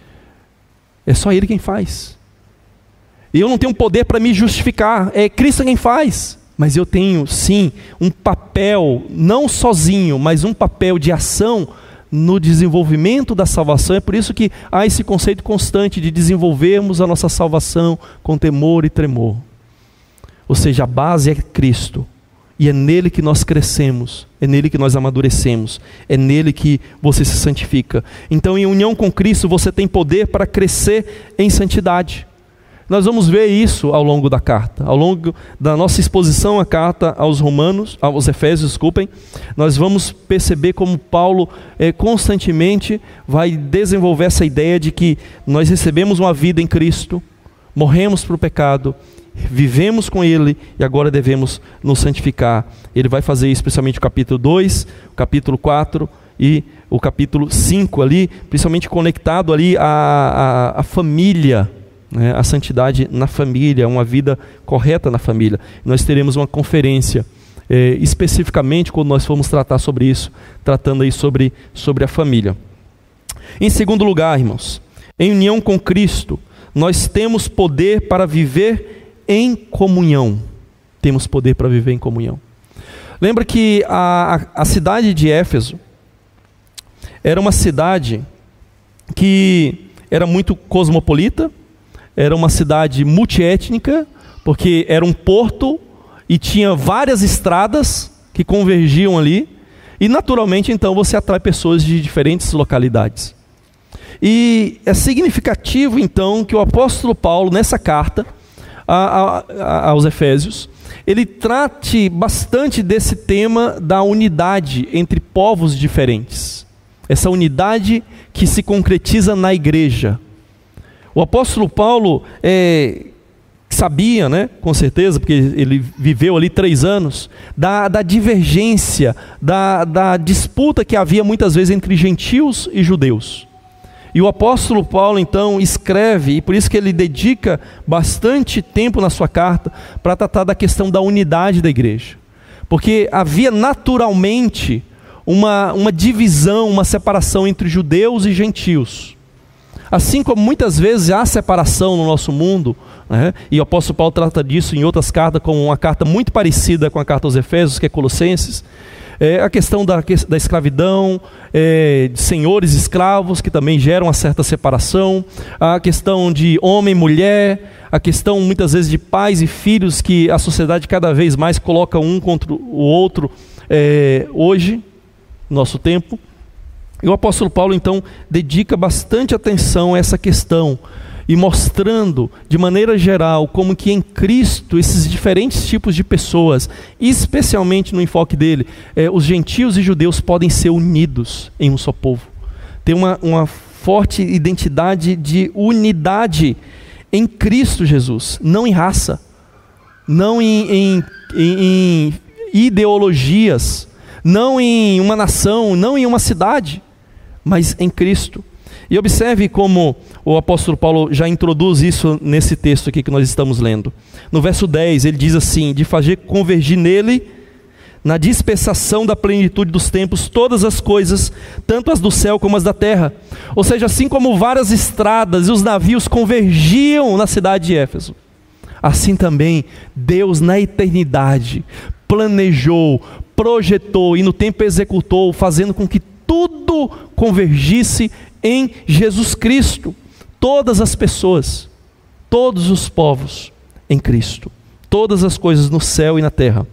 É só Ele quem faz. E eu não tenho poder para me justificar, é Cristo quem faz. Mas eu tenho sim um papel, não sozinho, mas um papel de ação no desenvolvimento da salvação. É por isso que há esse conceito constante de desenvolvermos a nossa salvação com temor e tremor. Ou seja, a base é Cristo. E é nele que nós crescemos, é nele que nós amadurecemos, é nele que você se santifica. Então, em união com Cristo, você tem poder para crescer em santidade. Nós vamos ver isso ao longo da carta, ao longo da nossa exposição à carta aos Efésios, nós vamos perceber como Paulo constantemente vai desenvolver essa ideia de que nós recebemos uma vida em Cristo, morremos para o pecado, vivemos com Ele e agora devemos nos santificar. Ele vai fazer isso especialmente no capítulo 2, o capítulo 4 e o capítulo 5 ali, principalmente conectado ali à família, né? A santidade na família, uma vida correta na família. Nós teremos uma conferência especificamente quando nós formos tratar sobre isso, tratando aí sobre a família. Em segundo lugar, irmãos, em união com Cristo, nós temos poder para viver em comunhão. Temos poder para viver em comunhão. Lembra que a cidade de Éfeso era uma cidade que era muito cosmopolita, era uma cidade multiétnica, porque era um porto e tinha várias estradas que convergiam ali, e naturalmente então você atrai pessoas de diferentes localidades. E é significativo então que o apóstolo Paulo, nessa carta aos Efésios, ele trate bastante desse tema da unidade entre povos diferentes. Essa unidade que se concretiza na igreja. O apóstolo Paulo sabia, né, com certeza, porque ele viveu ali 3 anos, da divergência, da disputa que havia muitas vezes entre gentios e judeus. E o apóstolo Paulo então escreve, e por isso que ele dedica bastante tempo na sua carta para tratar da questão da unidade da igreja. Porque havia naturalmente uma divisão, uma separação entre judeus e gentios. Assim como muitas vezes há separação no nosso mundo, né? E o apóstolo Paulo trata disso em outras cartas, como uma carta muito parecida com a carta aos Efésios, que é Colossenses. A questão da escravidão, de senhores e escravos, que também geram uma certa separação, a questão de homem e mulher, a questão muitas vezes de pais e filhos, que a sociedade cada vez mais coloca um contra o outro, hoje, no nosso tempo. E o apóstolo Paulo então dedica bastante atenção a essa questão, e mostrando de maneira geral como que em Cristo esses diferentes tipos de pessoas, especialmente no enfoque dele, os gentios e judeus podem ser unidos em um só povo. Tem uma forte identidade de unidade em Cristo Jesus, não em raça, não em ideologias, não em uma nação, não em uma cidade, mas em Cristo. E observe como o apóstolo Paulo já introduz isso nesse texto aqui que nós estamos lendo. No verso 10 ele diz assim: de fazer convergir nele, na dispensação da plenitude dos tempos, todas as coisas, tanto as do céu como as da terra. Ou seja, assim como várias estradas e os navios convergiam na cidade de Éfeso, assim também Deus na eternidade planejou, projetou e no tempo executou, fazendo com que tudo convergisse em Jesus Cristo. Todas as pessoas, todos os povos em Cristo, todas as coisas no céu e na terra.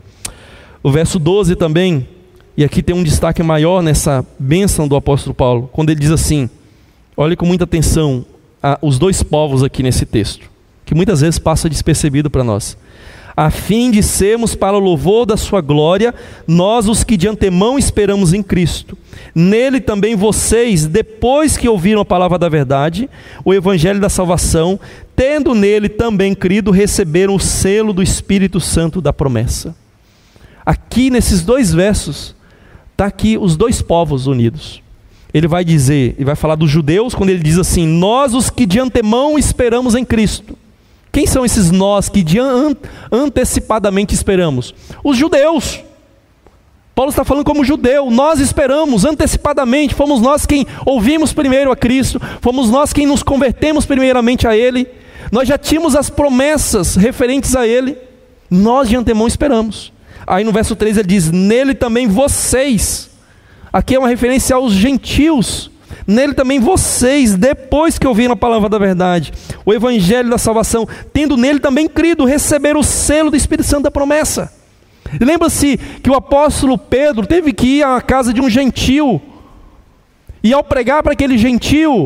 O verso 12 também, e aqui tem um destaque maior nessa bênção do apóstolo Paulo, quando ele diz assim, olhe com muita atenção os 2 povos aqui nesse texto, que muitas vezes passa despercebido para nós. A fim de sermos para o louvor da sua glória, nós os que de antemão esperamos em Cristo. Nele também vocês, depois que ouviram a palavra da verdade, o evangelho da salvação, tendo nele também crido, receberam o selo do Espírito Santo da promessa. Aqui nesses 2 versos, está aqui os 2 povos unidos. Ele vai dizer, e vai falar dos judeus, quando ele diz assim, nós os que de antemão esperamos em Cristo. Quem são esses nós que antecipadamente esperamos? Os judeus. Paulo está falando como judeu, nós esperamos antecipadamente, fomos nós quem ouvimos primeiro a Cristo, fomos nós quem nos convertemos primeiramente a Ele, nós já tínhamos as promessas referentes a Ele, nós de antemão esperamos. Aí no verso 3 ele diz, nele também vocês, aqui é uma referência aos gentios, nele também vocês, depois que ouviram a palavra da verdade, o evangelho da salvação, tendo nele também crido, receberam o selo do Espírito Santo da promessa. Lembra-se que o apóstolo Pedro teve que ir à casa de um gentio, e ao pregar para aquele gentio,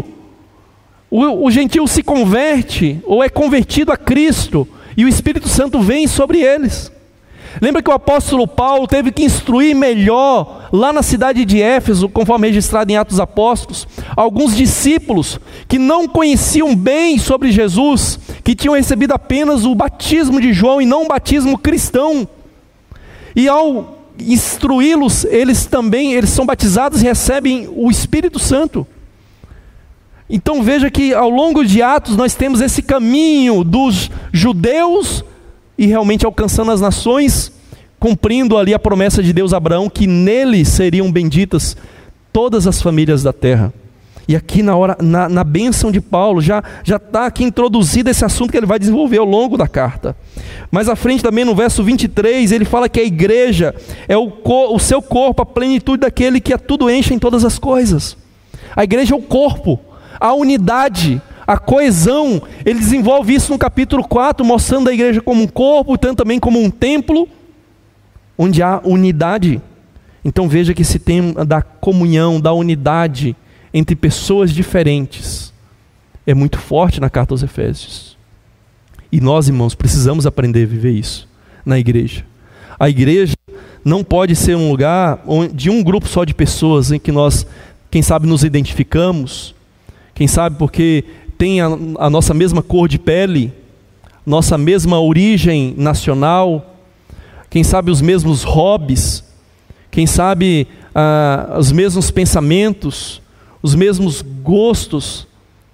o gentio se converte, ou é convertido a Cristo, e o Espírito Santo vem sobre eles. Lembra que o apóstolo Paulo teve que instruir melhor, lá na cidade de Éfeso, conforme registrado em Atos dos Apóstolos, alguns discípulos que não conheciam bem sobre Jesus, que tinham recebido apenas o batismo de João e não o batismo cristão. E ao instruí-los, eles são batizados e recebem o Espírito Santo. Então veja que ao longo de Atos nós temos esse caminho dos judeus e realmente alcançando as nações, cumprindo ali a promessa de Deus a Abraão, que nele seriam benditas todas as famílias da terra. E aqui na bênção de Paulo, já está aqui introduzido esse assunto que ele vai desenvolver ao longo da carta. Mais à frente também, no verso 23, ele fala que a igreja é o seu corpo, a plenitude daquele que a tudo enche em todas as coisas. A igreja é o corpo, a unidade, a coesão. Ele desenvolve isso no capítulo 4, mostrando a igreja como um corpo, tanto também como um templo, onde há unidade. Então veja que esse tema da comunhão, da unidade entre pessoas diferentes, é muito forte na carta aos Efésios. E nós, irmãos, precisamos aprender a viver isso na igreja. A igreja não pode ser um lugar de um grupo só de pessoas em que nós, quem sabe, nos identificamos, quem sabe porque tem a nossa mesma cor de pele, nossa mesma origem nacional, quem sabe os mesmos hobbies, quem sabe os mesmos pensamentos, os mesmos gostos,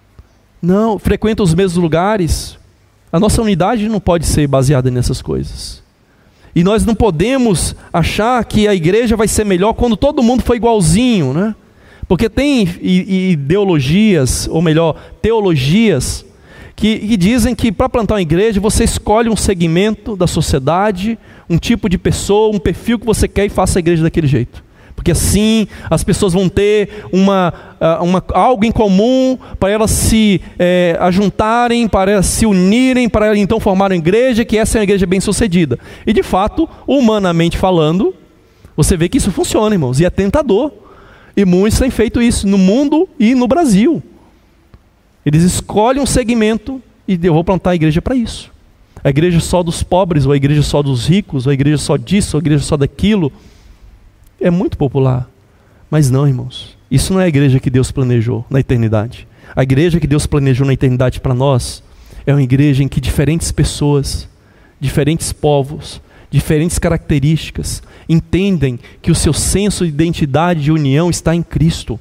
não, frequentam os mesmos lugares. A nossa unidade não pode ser baseada nessas coisas. E nós não podemos achar que a igreja vai ser melhor quando todo mundo for igualzinho, né? Porque tem ideologias, ou melhor, teologias, que dizem que para plantar uma igreja você escolhe um segmento da sociedade, um tipo de pessoa, um perfil que você quer e faça a igreja daquele jeito. Porque assim as pessoas vão ter algo em comum para elas se ajuntarem, para elas se unirem, para elas então formar uma igreja, que essa é uma igreja bem sucedida. E de fato, humanamente falando, você vê que isso funciona, irmãos, e é tentador. E muitos têm feito isso no mundo e no Brasil. Eles escolhem um segmento e eu vou plantar a igreja para isso. A igreja só dos pobres, ou a igreja só dos ricos, ou a igreja só disso, ou a igreja só daquilo. É muito popular. Mas não, irmãos, isso não é a igreja que Deus planejou na eternidade. A igreja que Deus planejou na eternidade para nós é uma igreja em que diferentes pessoas, diferentes povos, diferentes características entendem que o seu senso de identidade, de união está em Cristo.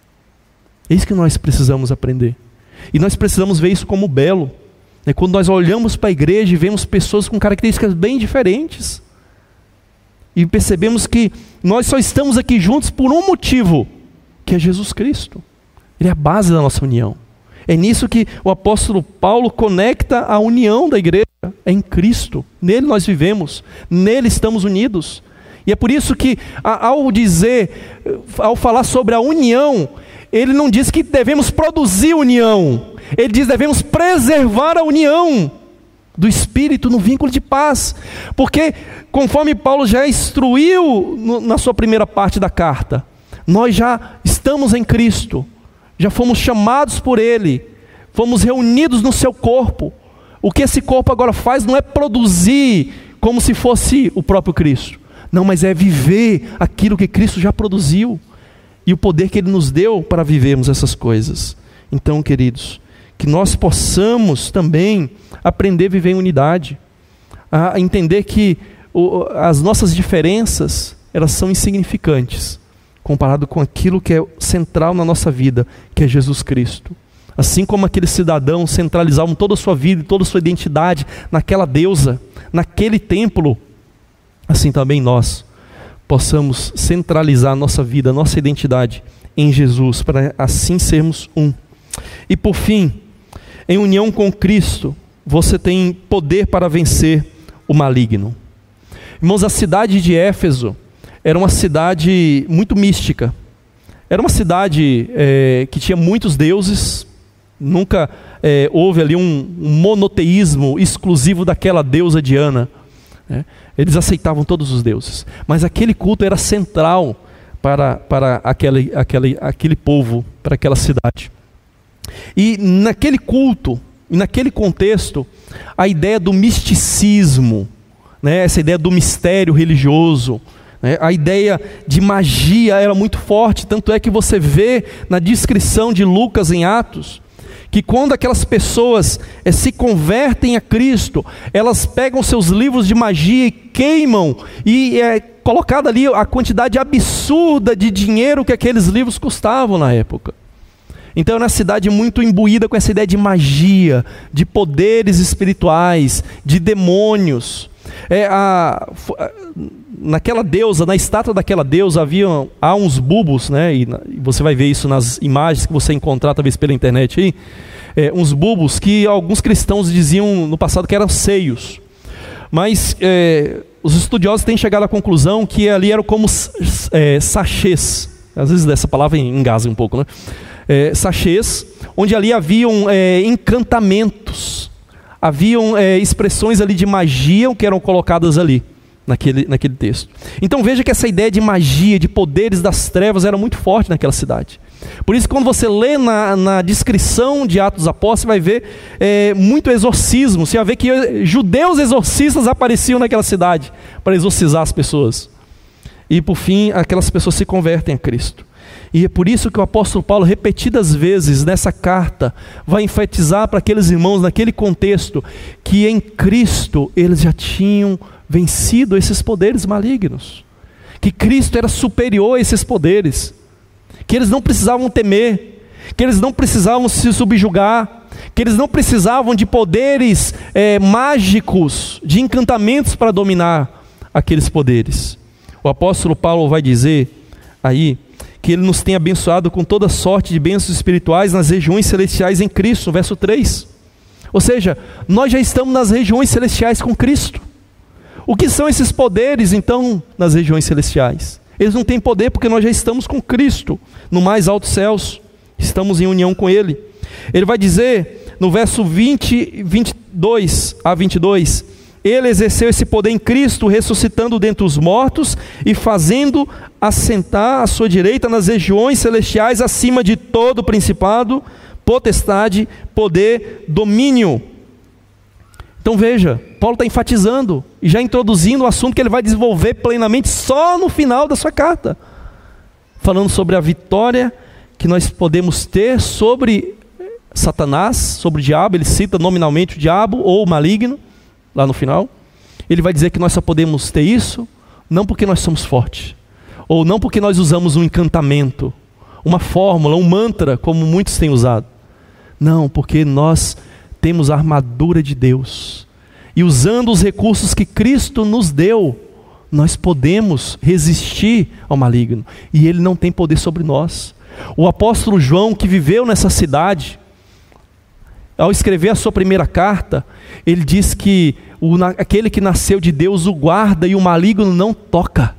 É isso que nós precisamos aprender. E nós precisamos ver isso como belo. Quando nós olhamos para a igreja e vemos pessoas com características bem diferentes, e percebemos que nós só estamos aqui juntos por um motivo, que é Jesus Cristo. Ele é a base da nossa união. É nisso que o apóstolo Paulo conecta a união da igreja, é em Cristo. Nele nós vivemos, nele estamos unidos. E é por isso que ao falar sobre a união, ele não diz que devemos produzir união, ele diz que devemos preservar a união do Espírito no vínculo de paz, porque conforme Paulo já instruiu na sua primeira parte da carta, nós já estamos em Cristo, já fomos chamados por Ele, fomos reunidos no seu corpo. O que esse corpo agora faz não é produzir como se fosse o próprio Cristo, não, mas é viver aquilo que Cristo já produziu, e o poder que Ele nos deu para vivermos essas coisas. Então, queridos, que nós possamos também aprender a viver em unidade, a entender que as nossas diferenças, elas são insignificantes, comparado com aquilo que é central na nossa vida, que é Jesus Cristo. Assim como aqueles cidadãos centralizavam toda a sua vida, toda a sua identidade naquela deusa, naquele templo, assim também nós possamos centralizar a nossa vida, a nossa identidade em Jesus, para assim sermos um. E por fim, em união com Cristo, você tem poder para vencer o maligno. Irmãos, a cidade de Éfeso era uma cidade muito mística. Era uma cidade que tinha muitos deuses. Nunca houve ali um monoteísmo exclusivo daquela deusa Diana. Eles aceitavam todos os deuses. Mas aquele culto era central para aquele povo, para aquela cidade. E naquele culto, e naquele contexto, a ideia do misticismo, essa ideia do mistério religioso, a ideia de magia era muito forte. Tanto é que você vê na descrição de Lucas em Atos, que quando aquelas pessoas se convertem a Cristo, elas pegam seus livros de magia e queimam, e é colocada ali a quantidade absurda de dinheiro que aqueles livros custavam na época. Então era uma cidade muito imbuída com essa ideia de magia, de poderes espirituais, de demônios. naquela deusa, na estátua daquela deusa, há uns bulbos, né? E você vai ver isso nas imagens que você encontrar talvez pela internet aí, uns bulbos que alguns cristãos diziam no passado que eram seios, mas os estudiosos têm chegado à conclusão que ali eram como sachês, às vezes essa palavra engasga um pouco, né? Sachês, onde ali haviam encantamentos, haviam expressões ali de magia que eram colocadas ali, naquele texto. Então veja que essa ideia de magia, de poderes das trevas era muito forte naquela cidade. Por isso, quando você lê na descrição de Atos dos Apóstolos, você vai ver muito exorcismo. Você vai ver que judeus exorcistas apareciam naquela cidade para exorcizar as pessoas. E por fim, aquelas pessoas se convertem a Cristo. E é por isso que o apóstolo Paulo, repetidas vezes nessa carta, vai enfatizar para aqueles irmãos, naquele contexto, que em Cristo eles já tinham vencido esses poderes malignos, que Cristo era superior a esses poderes, que eles não precisavam temer, que eles não precisavam se subjugar, que eles não precisavam de poderes mágicos, de encantamentos para dominar aqueles poderes. O apóstolo Paulo vai dizer aí que Ele nos tem abençoado com toda sorte de bênçãos espirituais nas regiões celestiais em Cristo, verso 3. Ou seja, nós já estamos nas regiões celestiais com Cristo. O que são esses poderes, então, nas regiões celestiais? Eles não têm poder porque nós já estamos com Cristo, no mais altos céus, estamos em união com Ele. Ele vai dizer, no verso 22 a 22, Ele exerceu esse poder em Cristo, ressuscitando dentre os mortos e fazendo assentar à sua direita nas regiões celestiais, acima de todo principado, potestade, poder, domínio. Então veja, Paulo está enfatizando e já introduzindo um assunto que ele vai desenvolver plenamente só no final da sua carta, falando sobre a vitória que nós podemos ter sobre Satanás, sobre o diabo. Ele cita nominalmente o diabo ou o maligno, lá no final. Ele vai dizer que nós só podemos ter isso, não porque nós somos fortes, ou não porque nós usamos um encantamento, uma fórmula, um mantra, como muitos têm usado. Não, porque nós temos a armadura de Deus, e usando os recursos que Cristo nos deu, nós podemos resistir ao maligno, e ele não tem poder sobre nós. O apóstolo João, que viveu nessa cidade, ao escrever a sua primeira carta, ele diz que aquele que nasceu de Deus o guarda e o maligno não toca.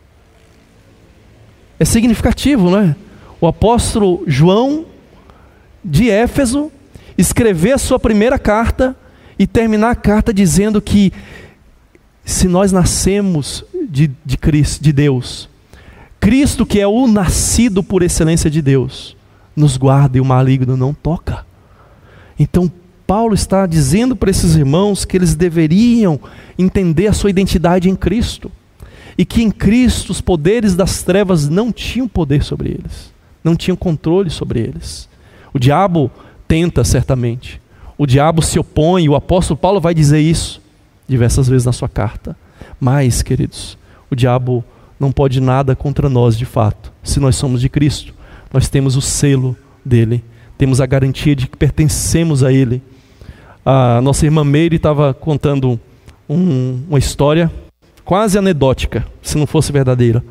É significativo, não é? O apóstolo João de Éfeso escrever a sua primeira carta e terminar a carta dizendo que se nós nascemos de Cristo, de Deus, Cristo, que é o nascido por excelência de Deus, nos guarda e o maligno não toca. Então Paulo está dizendo para esses irmãos que eles deveriam entender a sua identidade em Cristo, e que em Cristo os poderes das trevas não tinham poder sobre eles, não tinham controle sobre eles. O diabo tenta certamente, o diabo se opõe, e o apóstolo Paulo vai dizer isso diversas vezes na sua carta. Mas, queridos, o diabo não pode nada contra nós de fato. Se nós somos de Cristo, nós temos o selo dele, temos a garantia de que pertencemos a Ele. A nossa irmã Meire estava contando uma história quase anedótica, se não fosse verdadeira,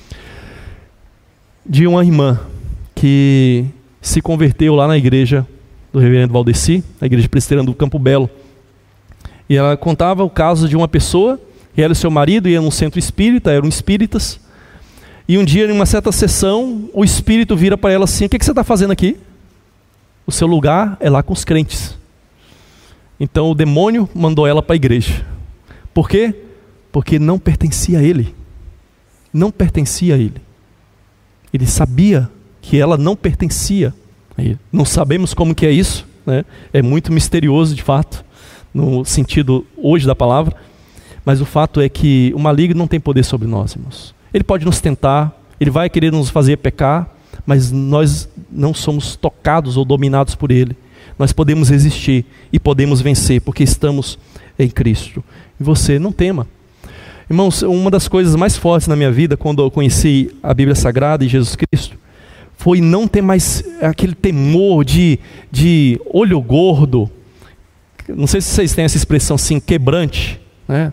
de uma irmã que se converteu lá na igreja do reverendo Valdeci, na igreja presbiteriana do Campo Belo. E ela contava o caso de uma pessoa, que ela e seu marido iam num centro espírita, eram espíritas, e um dia, em uma certa sessão, o espírito vira para ela assim: o que você está fazendo aqui? O seu lugar é lá com os crentes. Então o demônio mandou ela para a igreja. Por quê? Porque não pertencia a ele. Não pertencia a ele. Ele sabia que ela não pertencia a ele. Não sabemos como que é isso, né? É muito misterioso de fato, no sentido hoje da palavra. Mas o fato é que o maligno não tem poder sobre nós, irmãos. Ele pode nos tentar, ele vai querer nos fazer pecar, mas nós não somos tocados ou dominados por ele. Nós podemos resistir e podemos vencer, porque estamos em Cristo. E você, não tema. Irmãos, uma das coisas mais fortes na minha vida, quando eu conheci a Bíblia Sagrada e Jesus Cristo, foi não ter mais aquele temor de olho gordo. Não sei se vocês têm essa expressão assim, quebrante, né?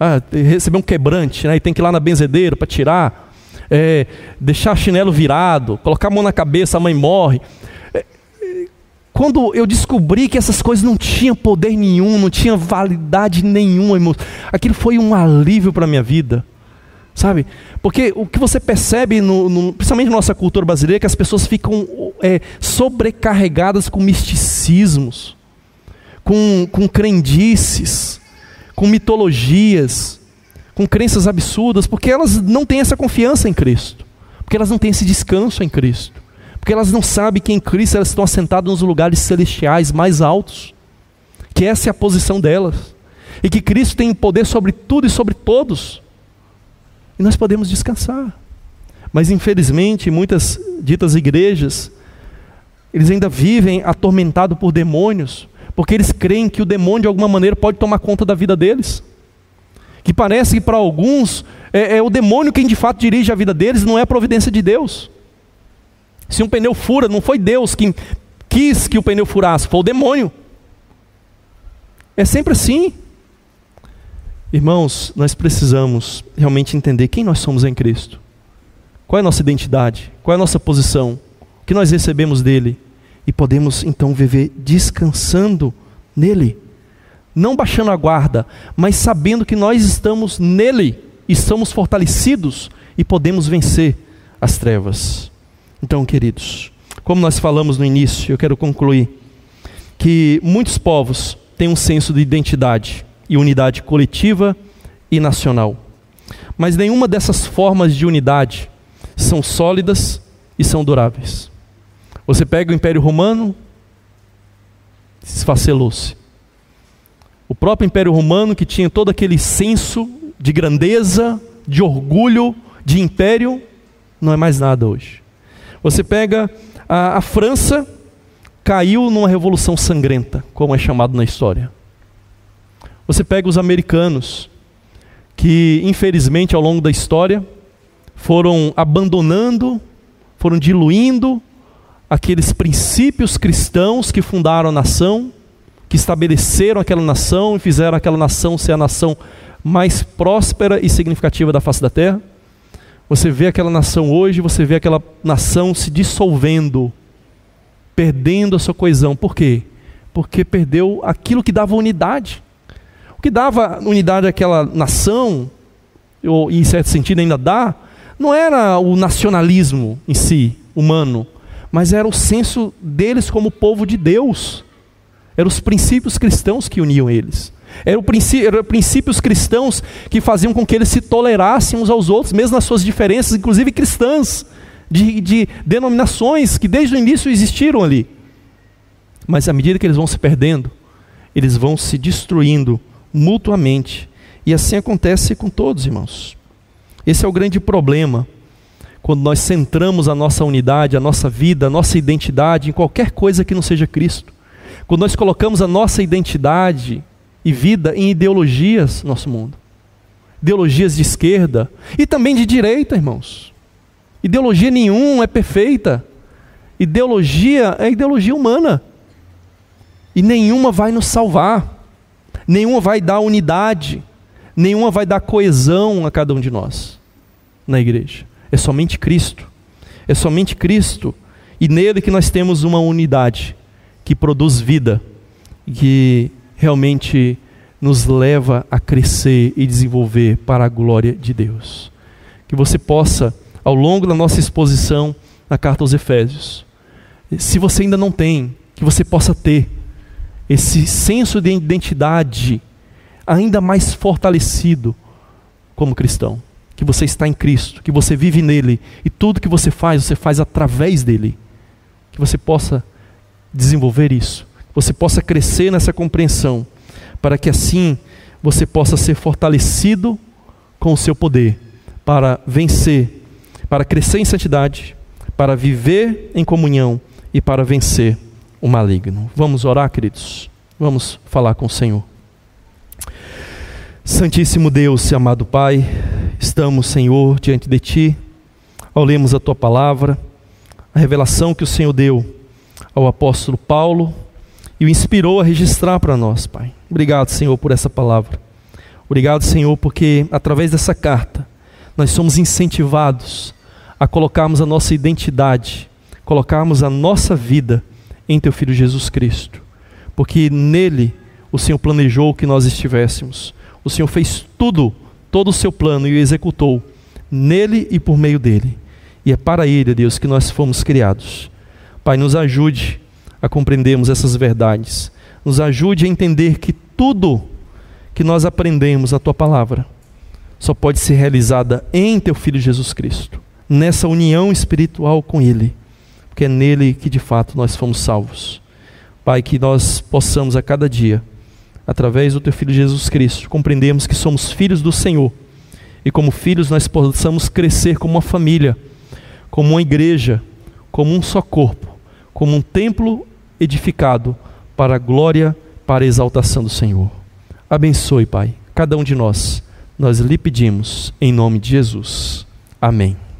receber um quebrante, né? E tem que ir lá na benzedeira para tirar, deixar chinelo virado, colocar a mão na cabeça, a mãe morre. Quando eu descobri que essas coisas não tinham poder nenhum, não tinham validade nenhuma, irmãos, aquilo foi um alívio para a minha vida, sabe? Porque o que você percebe, principalmente na nossa cultura brasileira, é que as pessoas ficam sobrecarregadas com misticismos, com crendices, com mitologias, com crenças absurdas, porque elas não têm essa confiança em Cristo, porque elas não têm esse descanso em Cristo, porque elas não sabem que em Cristo elas estão assentadas nos lugares celestiais mais altos, que essa é a posição delas, e que Cristo tem poder sobre tudo e sobre todos, e nós podemos descansar. Mas infelizmente muitas ditas igrejas, eles ainda vivem atormentados por demônios, porque eles creem que o demônio de alguma maneira pode tomar conta da vida deles, que parece que para alguns é o demônio quem de fato dirige a vida deles, não é a providência de Deus. Se um pneu fura, não foi Deus quem quis que o pneu furasse, foi o demônio. É sempre assim. Irmãos, nós precisamos realmente entender quem nós somos em Cristo. Qual é a nossa identidade? Qual é a nossa posição? O que nós recebemos dele? E podemos então viver descansando nele. Não baixando a guarda, mas sabendo que nós estamos nele, estamos fortalecidos e podemos vencer as trevas. Então, queridos, como nós falamos no início, eu quero concluir que muitos povos têm um senso de identidade e unidade coletiva e nacional, mas nenhuma dessas formas de unidade são sólidas e são duráveis. Você pega o Império Romano, esfacelou-se. O próprio Império Romano, que tinha todo aquele senso de grandeza, de orgulho, de império, não é mais nada hoje. Você pega a França, caiu numa revolução sangrenta, como é chamado na história. Você pega os americanos, que infelizmente ao longo da história foram abandonando, foram diluindo aqueles princípios cristãos que fundaram a nação, que estabeleceram aquela nação e fizeram aquela nação ser a nação mais próspera e significativa da face da terra. Você vê aquela nação hoje, você vê aquela nação se dissolvendo, perdendo a sua coesão. Por quê? Porque perdeu aquilo que dava unidade. O que dava unidade àquela nação, ou em certo sentido ainda dá, não era o nacionalismo em si, humano, mas era o senso deles como povo de Deus. Eram os princípios cristãos que uniam eles. Eram princípios cristãos que faziam com que eles se tolerassem uns aos outros, mesmo nas suas diferenças, inclusive cristãs, de denominações que desde o início existiram ali. Mas à medida que eles vão se perdendo, eles vão se destruindo mutuamente. E assim acontece com todos, irmãos. Esse é o grande problema, quando nós centramos a nossa unidade, a nossa vida, a nossa identidade em qualquer coisa que não seja Cristo. Quando nós colocamos a nossa identidade e vida em ideologias no nosso mundo. Ideologias de esquerda e também de direita, irmãos. Ideologia nenhuma é perfeita. Ideologia é ideologia humana. E nenhuma vai nos salvar. Nenhuma vai dar unidade. Nenhuma vai dar coesão a cada um de nós na igreja. É somente Cristo. É somente Cristo. E nele que nós temos uma unidade que produz vida, que realmente nos leva a crescer e desenvolver para a glória de Deus. Que você possa, ao longo da nossa exposição na carta aos Efésios, se você ainda não tem, que você possa ter esse senso de identidade ainda mais fortalecido como cristão. Que você está em Cristo, que você vive nele, e tudo que você faz através dele. Que você possa desenvolver isso, que você possa crescer nessa compreensão, para que assim você possa ser fortalecido com o seu poder, para vencer, para crescer em santidade, para viver em comunhão e para vencer o maligno. Vamos orar, queridos? Vamos falar com o Senhor. Santíssimo Deus e amado Pai, estamos, Senhor, diante de Ti, ao lermos a Tua palavra, a revelação que o Senhor deu ao apóstolo Paulo e o inspirou a registrar para nós, Pai. Obrigado, Senhor, por essa palavra. Obrigado, Senhor, porque através dessa carta nós somos incentivados a colocarmos a nossa identidade, colocarmos a nossa vida em Teu Filho Jesus Cristo, porque nele o Senhor planejou que nós estivéssemos. O Senhor fez todo o Seu plano e o executou nele e por meio dele. E é para Ele, Deus, que nós fomos criados. Pai, nos ajude a compreendermos essas verdades. Nos ajude a entender que tudo que nós aprendemos na Tua palavra só pode ser realizada em Teu Filho Jesus Cristo, nessa união espiritual com Ele, porque é nele que de fato nós fomos salvos. Pai, que nós possamos a cada dia, através do Teu Filho Jesus Cristo, compreendermos que somos filhos do Senhor, e como filhos nós possamos crescer como uma família, como uma igreja, como um só corpo, como um templo edificado para a glória, para a exaltação do Senhor. Abençoe, Pai, cada um de nós lhe pedimos, em nome de Jesus. Amém.